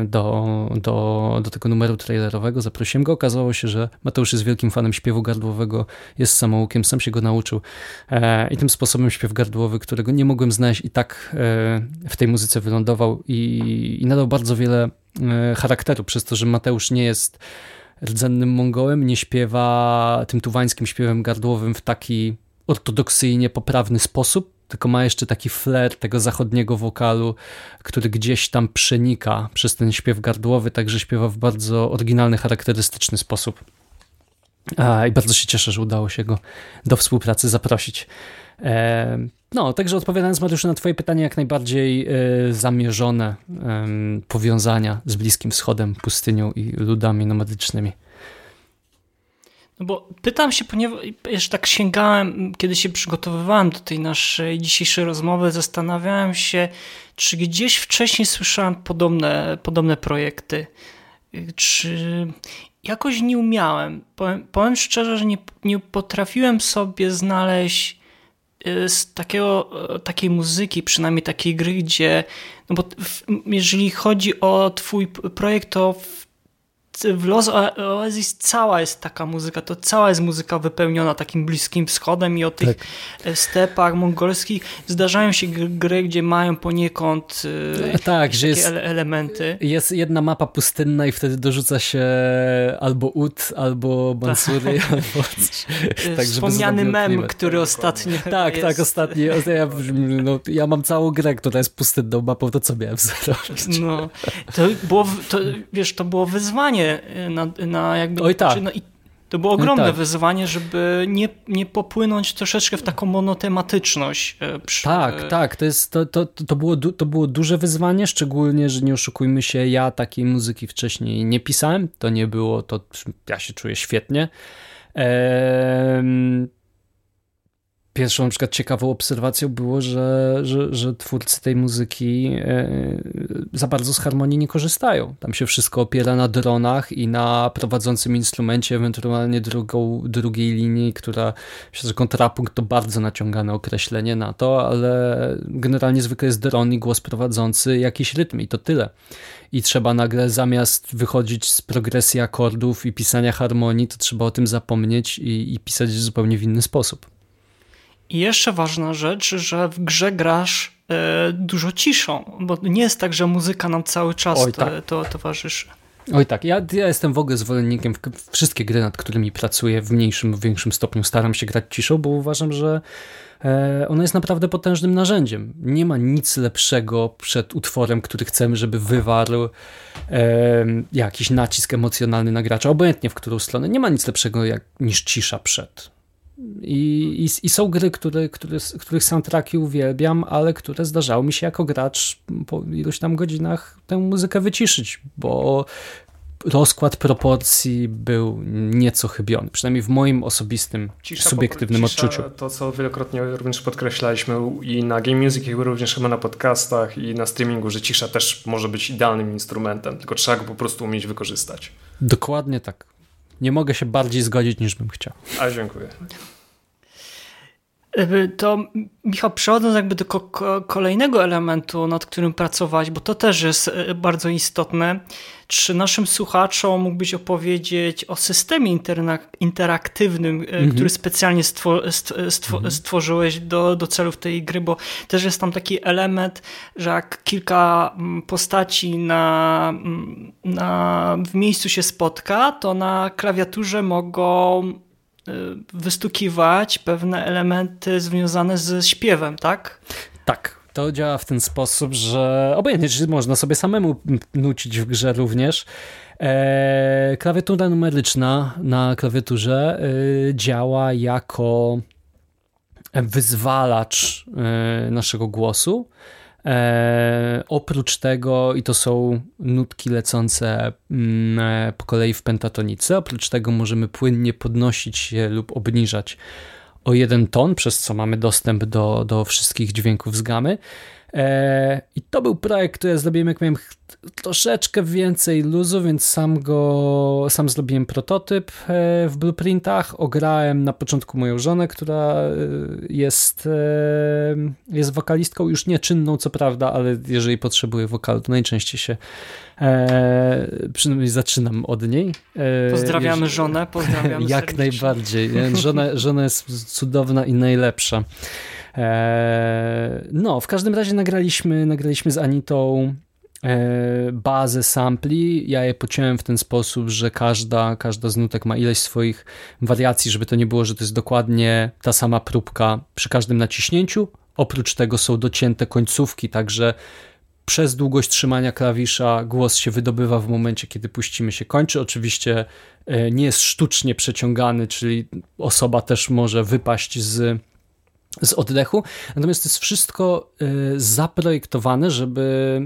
do tego numeru trailerowego. Zaprosiłem go. Okazało się, że Mateusz jest wielkim fanem śpiewu gardłowego, jest samoukiem, sam się go nauczył. I tym sposobem śpiew gardłowy, którego nie mogłem znaleźć, i tak w tej muzyce wylądował i nadał bardzo wiele charakteru, przez to, że Mateusz nie jest rdzennym Mongołem, nie śpiewa tym tuwańskim śpiewem gardłowym w taki ortodoksyjnie poprawny sposób, tylko ma jeszcze taki flair tego zachodniego wokalu, który gdzieś tam przenika przez ten śpiew gardłowy, także śpiewa w bardzo oryginalny, charakterystyczny sposób. I bardzo się cieszę, że udało się go do współpracy zaprosić. Także odpowiadając, Mariuszu, na twoje pytanie, jak najbardziej zamierzone powiązania z Bliskim Wschodem, pustynią i ludami nomadycznymi. No bo pytam się, ponieważ tak sięgałem, kiedy się przygotowywałem do tej naszej dzisiejszej rozmowy, zastanawiałem się, czy gdzieś wcześniej słyszałem podobne projekty, czy jakoś nie umiałem. Powiem szczerze, że nie potrafiłem sobie znaleźć z takiej muzyki, przynajmniej takiej gry, gdzie, no bo jeżeli chodzi o twój projekt, to w Los Oasis cała jest taka muzyka, to cała jest muzyka wypełniona takim Bliskim Wschodem i o tych stepach mongolskich. Zdarzają się gry, gdzie mają poniekąd że jest elementy. Jest jedna mapa pustynna i wtedy dorzuca się albo Ud, albo Mansury, albo coś. Tak, wspomniany mem, który ostatnio Tak, ostatnio. Ja mam całą grę, która jest pustynną mapą, to co miałem zrobić? No, to było wyzwanie na jakby... Oj tak. I to było ogromne wyzwanie, żeby nie popłynąć troszeczkę w taką monotematyczność. Tak. To było duże wyzwanie, szczególnie, że nie oszukujmy się, ja takiej muzyki wcześniej nie pisałem. To nie było, ja się czuję świetnie. Pierwszą na przykład ciekawą obserwacją było, że twórcy tej muzyki za bardzo z harmonii nie korzystają. Tam się wszystko opiera na dronach i na prowadzącym instrumencie, ewentualnie drugiej linii, która, myślę, że kontrapunkt to bardzo naciągane określenie na to, ale generalnie zwykle jest dron i głos prowadzący, jakiś rytm i to tyle. I trzeba nagle zamiast wychodzić z progresji akordów i pisania harmonii, to trzeba o tym zapomnieć i pisać zupełnie w inny sposób. I jeszcze ważna rzecz, że w grze grasz dużo ciszą, bo nie jest tak, że muzyka nam cały czas to towarzyszy. Oj tak, ja jestem w ogóle zwolennikiem wszystkie gry, nad którymi pracuję w mniejszym lub większym stopniu staram się grać ciszą, bo uważam, że ona jest naprawdę potężnym narzędziem. Nie ma nic lepszego przed utworem, który chcemy, żeby wywarł jakiś nacisk emocjonalny na gracza, obojętnie w którą stronę. Nie ma nic lepszego niż cisza przed. I są gry, których soundtracki uwielbiam, ale które zdarzało mi się jako gracz po iluś tam godzinach tę muzykę wyciszyć, bo rozkład proporcji był nieco chybiony, przynajmniej w moim osobistym, subiektywnym odczuciu. To, co wielokrotnie również podkreślaliśmy i na Game Music, i również chyba na podcastach i na streamingu, że cisza też może być idealnym instrumentem, tylko trzeba go po prostu umieć wykorzystać. Dokładnie tak. Nie mogę się bardziej zgodzić, niż bym chciał. A dziękuję. To Michał, przechodząc jakby do kolejnego elementu, nad którym pracowałeś, bo to też jest bardzo istotne, czy naszym słuchaczom mógłbyś opowiedzieć o systemie interaktywnym, który specjalnie stworzyłeś do celów tej gry, bo też jest tam taki element, że jak kilka postaci w miejscu się spotka, to na klawiaturze mogą wystukiwać pewne elementy związane ze śpiewem, tak? Tak, to działa w ten sposób, że obojętnie, czy można sobie samemu nucić w grze również. Klawiatura numeryczna na klawiaturze działa jako wyzwalacz naszego głosu. Oprócz tego, i to są nutki lecące po kolei w pentatonice, oprócz tego możemy płynnie podnosić je lub obniżać o jeden ton, przez co mamy dostęp do wszystkich dźwięków z gamy. I to był projekt, który zrobiłem, jak miałem troszeczkę więcej luzu, więc sam zrobiłem prototyp w blueprintach, ograłem na początku moją żonę, która jest wokalistką, już nie czynną co prawda, ale jeżeli potrzebuję wokalu, to najczęściej się przynajmniej zaczynam od niej. Pozdrawiamy żonę, pozdrawiamy jak serdecznie. Najbardziej. Żona jest cudowna i najlepsza. No, w każdym razie nagraliśmy z Anitą bazę sampli. Ja je pociąłem w ten sposób, że każda z nutek ma ileś swoich wariacji, żeby to nie było, że to jest dokładnie ta sama próbka przy każdym naciśnięciu. Oprócz tego są docięte końcówki, także przez długość trzymania klawisza głos się wydobywa w momencie, kiedy puścimy się kończy. Oczywiście nie jest sztucznie przeciągany, czyli osoba też może wypaść z oddechu. Natomiast to jest wszystko zaprojektowane, żeby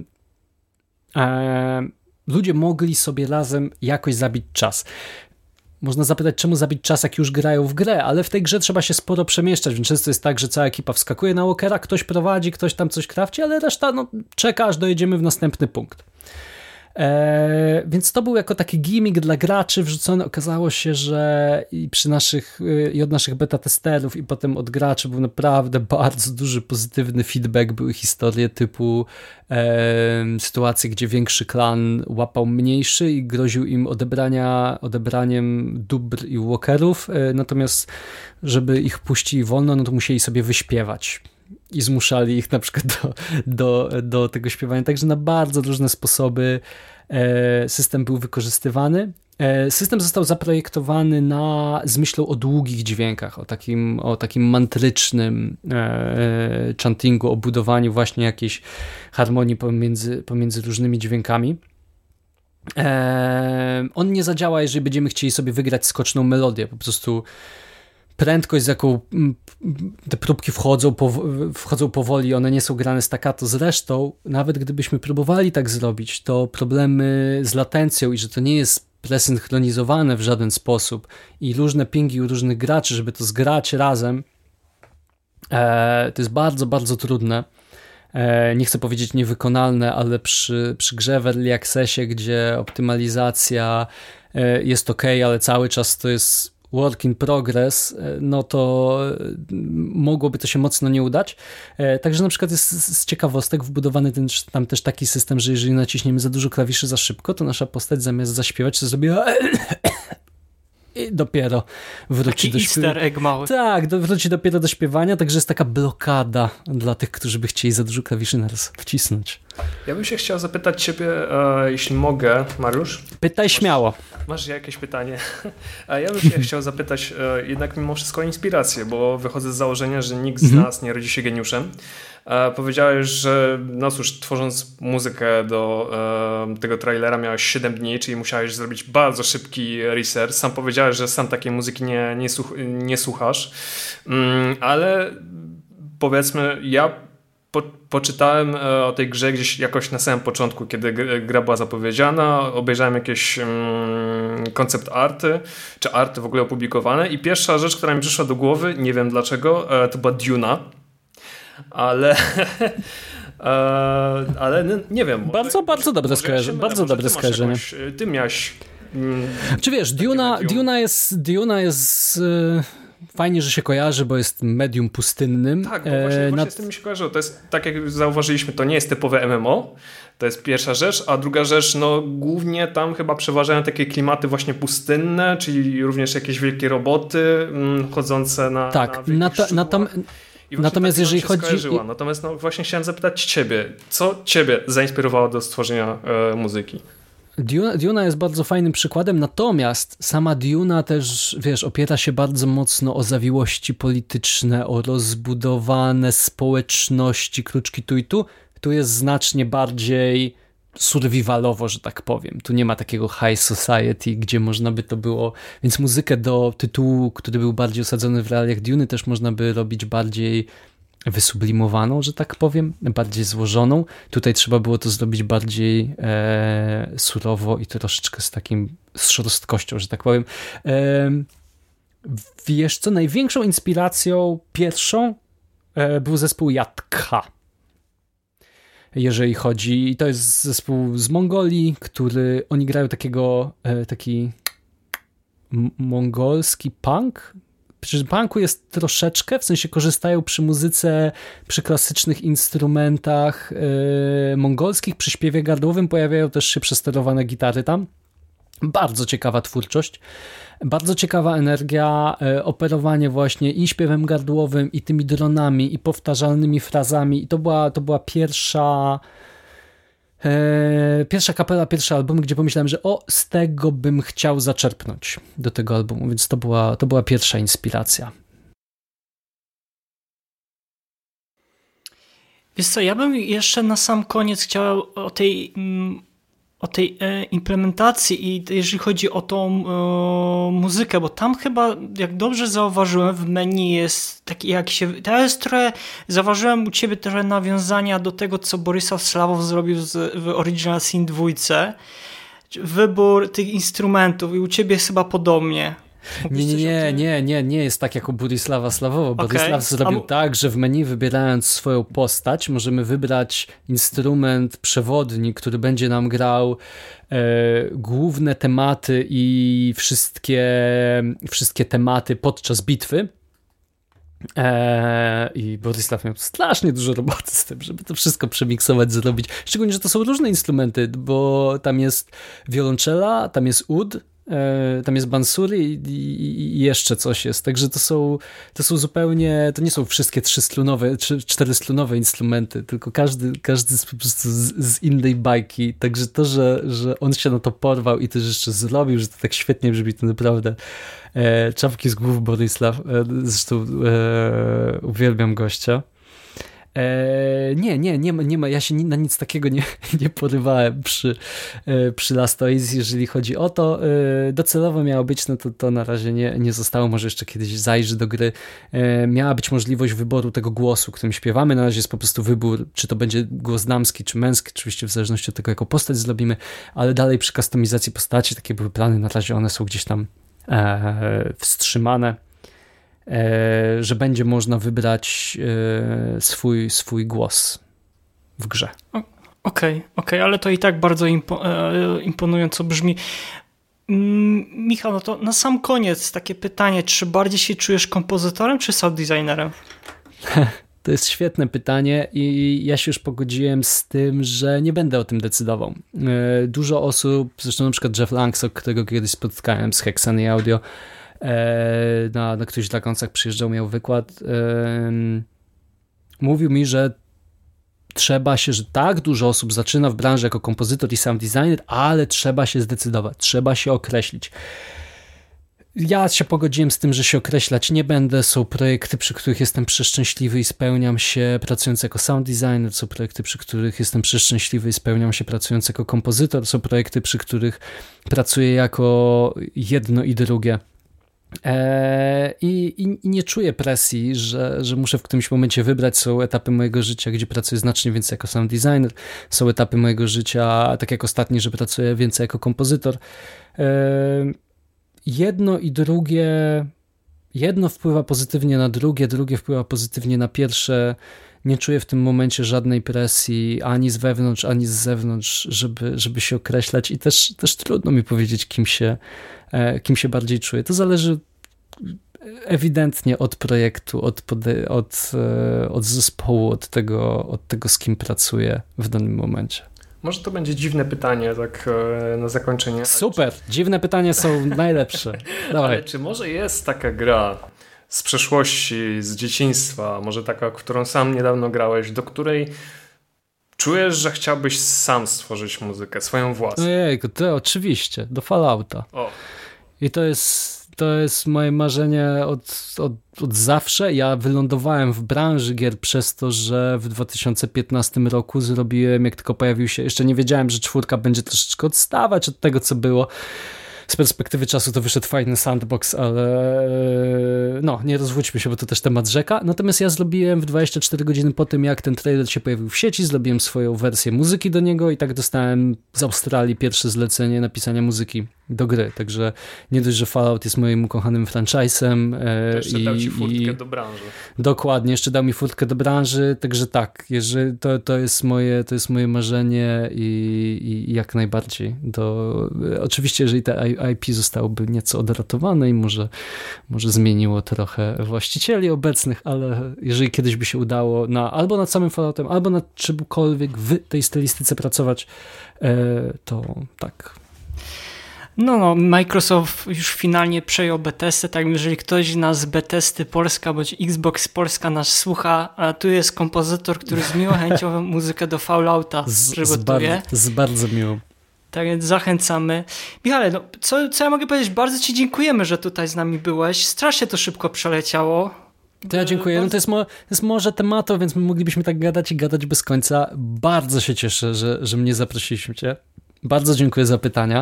ludzie mogli sobie razem jakoś zabić czas. Można zapytać, czemu zabić czas, jak już grają w grę, ale w tej grze trzeba się sporo przemieszczać, więc często jest tak, że cała ekipa wskakuje na walkera, ktoś prowadzi, ktoś tam coś krawci, ale reszta czeka, aż dojedziemy w następny punkt. Więc to był jako taki gimmick dla graczy wrzucony. Okazało się, że i od naszych beta testerów i potem od graczy był naprawdę bardzo duży pozytywny feedback. Były historie typu sytuacje, gdzie większy klan łapał mniejszy i groził im odebraniem dóbr i walkerów, natomiast żeby ich puścili wolno, no to musieli sobie wyśpiewać. I zmuszali ich na przykład do tego śpiewania. Także na bardzo różne sposoby system był wykorzystywany. System został zaprojektowany z myślą o długich dźwiękach, o takim mantrycznym chantingu, o budowaniu właśnie jakiejś harmonii pomiędzy różnymi dźwiękami. On nie zadziała, jeżeli będziemy chcieli sobie wygrać skoczną melodię. Po prostu prędkość, z jaką te próbki wchodzą powoli, one nie są grane staccato. Zresztą, nawet gdybyśmy próbowali tak zrobić, to problemy z latencją i że to nie jest presynchronizowane w żaden sposób i różne pingi u różnych graczy, żeby to zgrać razem, to jest bardzo, bardzo trudne. Nie chcę powiedzieć niewykonalne, ale przy grze w Early Accessie, gdzie optymalizacja jest ok, ale cały czas to jest work in progress, no to mogłoby to się mocno nie udać. Także na przykład jest z ciekawostek wbudowany tam też taki system, że jeżeli naciśniemy za dużo klawiszy za szybko, to nasza postać zamiast zaśpiewać, to zrobi i dopiero wróci do śpiewania. Easter egg mały. Tak, wróci dopiero do śpiewania, także jest taka blokada dla tych, którzy by chcieli za dużo klawiszy naraz wcisnąć. Ja bym się chciał zapytać ciebie, jeśli mogę, Mariusz. Pytaj śmiało. Masz jakieś pytanie? A ja bym się chciał zapytać jednak mimo wszystko o inspirację, bo wychodzę z założenia, że nikt z nas nie rodzi się geniuszem. Powiedziałeś, że no cóż, tworząc muzykę do tego trailera miałeś 7 dni, czyli musiałeś zrobić bardzo szybki research. Sam powiedziałeś, że sam takiej muzyki nie słuchasz, ale powiedzmy, ja poczytałem o tej grze gdzieś jakoś na samym początku, kiedy gra była zapowiedziana, obejrzałem jakieś koncept arty, czy arty w ogóle opublikowane i pierwsza rzecz, która mi przyszła do głowy, nie wiem dlaczego, to była Duna, ale nie wiem. Bardzo dobre skojarzenie. Bardzo dobre skojarzenie. Ty miałeś... Czy wiesz, Duna jest fajnie, że się kojarzy, bo jest medium pustynnym. Tak, bo właśnie z tym mi się kojarzyło. To jest, tak jak zauważyliśmy, to nie jest typowe MMO. To jest pierwsza rzecz, a druga rzecz, no głównie tam chyba przeważają takie klimaty właśnie pustynne, czyli również jakieś wielkie roboty chodzące na natomiast jeżeli chodzi... Natomiast no, właśnie chciałem zapytać ciebie, co ciebie zainspirowało do stworzenia muzyki? Duna jest bardzo fajnym przykładem, natomiast sama Duna też, wiesz, opiera się bardzo mocno o zawiłości polityczne, o rozbudowane społeczności, kluczki tu i tu. Tu jest znacznie bardziej survivalowo, że tak powiem. Tu nie ma takiego high society, gdzie można by to było, więc muzykę do tytułu, który był bardziej osadzony w realiach Duny, też można by robić bardziej wysublimowaną, że tak powiem, bardziej złożoną. Tutaj trzeba było to zrobić bardziej surowo i troszeczkę z szorstkością, że tak powiem. Wiesz co, największą inspiracją pierwszą był zespół Yatka. Jeżeli chodzi, to jest zespół z Mongolii, oni grają taki mongolski punk. Przy punku jest troszeczkę, w sensie korzystają przy muzyce, przy klasycznych instrumentach mongolskich, przy śpiewie gardłowym pojawiają też się przesterowane gitary tam. Bardzo ciekawa twórczość, bardzo ciekawa energia, operowanie właśnie i śpiewem gardłowym, i tymi dronami, i powtarzalnymi frazami. I to była pierwsza kapela, pierwszy album, gdzie pomyślałem, że z tego bym chciał zaczerpnąć do tego albumu, więc to była pierwsza inspiracja. Wiesz co, ja bym jeszcze na sam koniec chciał o tej implementacji i jeżeli chodzi o tą muzykę, bo tam chyba, jak dobrze zauważyłem, w menu jest taki zauważyłem u ciebie trochę nawiązania do tego, co Borysław Slawow zrobił w Original Sin 2. Wybór tych instrumentów i u ciebie jest chyba podobnie. Nie jest tak jak u Borysława Slawowa. Borysław zrobił tak, że w menu, wybierając swoją postać, możemy wybrać instrument przewodni, który będzie nam grał główne tematy i wszystkie tematy podczas bitwy. I Borysław miał strasznie dużo roboty z tym, żeby to wszystko przemiksować, zrobić. Szczególnie, że to są różne instrumenty, bo tam jest wiolonczela, tam jest ud, tam jest bansuri i jeszcze coś jest. Także to są zupełnie, to nie są wszystkie 3-strunowe czy 4-strunowe instrumenty, tylko każdy jest po prostu z innej bajki. Także to, że on się na to porwał i też jeszcze zrobił, że to tak świetnie brzmi, to naprawdę czapki z głów Borysław. Zresztą uwielbiam gościa. Nie ma, ja się na nic takiego nie porywałem przy Last Oasis, jeżeli chodzi o to. Docelowo miało być, no to na razie nie zostało, może jeszcze kiedyś zajrzy do gry. Miała być możliwość wyboru tego głosu, którym śpiewamy, na razie jest po prostu wybór, czy to będzie głos damski, czy męski, oczywiście w zależności od tego, jaką postać zrobimy, ale dalej przy kustomizacji postaci, takie były plany, na razie one są gdzieś tam wstrzymane, że będzie można wybrać swój głos w grze. Okej, ale to i tak bardzo imponująco brzmi. Michał, no to na sam koniec takie pytanie, czy bardziej się czujesz kompozytorem czy sound designerem? To jest świetne pytanie i ja się już pogodziłem z tym, że nie będę o tym decydował. Dużo osób, zresztą na przykład Jeff Langsok, którego kiedyś spotkałem z Hexany Audio, na któryś dla koncach przyjeżdżał, miał wykład, mówił mi, że trzeba się, że tak dużo osób zaczyna w branży jako kompozytor i sound designer, ale trzeba się zdecydować, trzeba się określić. Ja się pogodziłem z tym, że się określać nie będę. Są projekty, przy których jestem przeszczęśliwy i spełniam się pracując jako sound designer. Są projekty, przy których jestem przeszczęśliwy i spełniam się pracując jako kompozytor. Są projekty, przy których pracuję jako jedno i drugie. I nie czuję presji, że muszę w którymś momencie wybrać. Są etapy mojego życia, gdzie pracuję znacznie więcej jako sound designer. Są etapy mojego życia, tak jak ostatni, że pracuję więcej jako kompozytor. Jedno i drugie, jedno wpływa pozytywnie na drugie, drugie wpływa pozytywnie na pierwsze. Nie czuję w tym momencie żadnej presji ani z wewnątrz, ani z zewnątrz, żeby się określać i też trudno mi powiedzieć, kim się bardziej czuję. To zależy ewidentnie od projektu, od zespołu, od tego, z kim pracuję w danym momencie. Może to będzie dziwne pytanie, tak na zakończenie. Super, dziwne pytania są najlepsze. Dawaj. Ale czy może jest taka gra z przeszłości, z dzieciństwa, może taka, którą sam niedawno grałeś, do której czujesz, że chciałbyś sam stworzyć muzykę, swoją własną? Ojejku, to oczywiście, do Fallouta. O. I to jest moje marzenie od zawsze. Ja wylądowałem w branży gier przez to, że w 2015 roku zrobiłem, jak tylko pojawił się, jeszcze nie wiedziałem, że 4 będzie troszeczkę odstawać od tego, co było. Z perspektywy czasu to wyszedł fajny sandbox, ale no, nie rozwódźmy się, bo to też temat rzeka. Natomiast ja zrobiłem w 24 godziny po tym, jak ten trailer się pojawił w sieci, zrobiłem swoją wersję muzyki do niego i tak dostałem z Australii pierwsze zlecenie napisania muzyki do gry. Także nie dość, że Fallout jest moim ukochanym franchise'em. Jeszcze dał ci furtkę do branży. Dokładnie, jeszcze dał mi furtkę do branży, także tak, jeżeli to jest moje marzenie i jak najbardziej. Oczywiście, jeżeli te IP zostałoby nieco odratowane i może zmieniło trochę właścicieli obecnych, ale jeżeli kiedyś by się udało albo nad samym Falloutem, albo nad czymkolwiek w tej stylistyce pracować, to tak. No, Microsoft już finalnie przejął Bethesdę, tak jeżeli ktoś nas z Bethesdy Polska bądź Xbox Polska nas słucha, a tu jest kompozytor, który z miłą chęcią muzykę do Fallouta przygotuje. Z bardzo miłą. Tak więc zachęcamy. Michale, no, co ja mogę powiedzieć? Bardzo ci dziękujemy, że tutaj z nami byłeś. Strasznie to szybko przeleciało. To ja dziękuję. No to jest może tematu, więc my moglibyśmy tak gadać i gadać bez końca. Bardzo się cieszę, że mnie zaprosiliście. Bardzo dziękuję za pytania.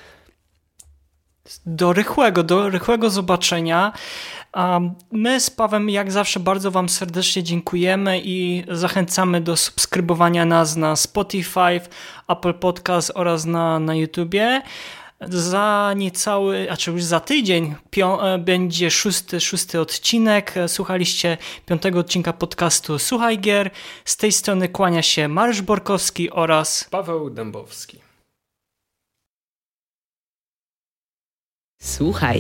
Do rychłego zobaczenia. A my z Pawłem jak zawsze bardzo wam serdecznie dziękujemy i zachęcamy do subskrybowania nas na Spotify, Apple Podcast oraz na YouTubie. Już za tydzień będzie szósty odcinek. Słuchaliście 5. odcinka podcastu Słuchaj Gier. Z tej strony kłania się Mariusz Borkowski oraz Paweł Dębowski. Słuchaj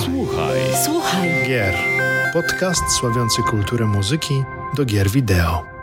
Gier. Podcast sławiący kulturę muzyki do gier wideo.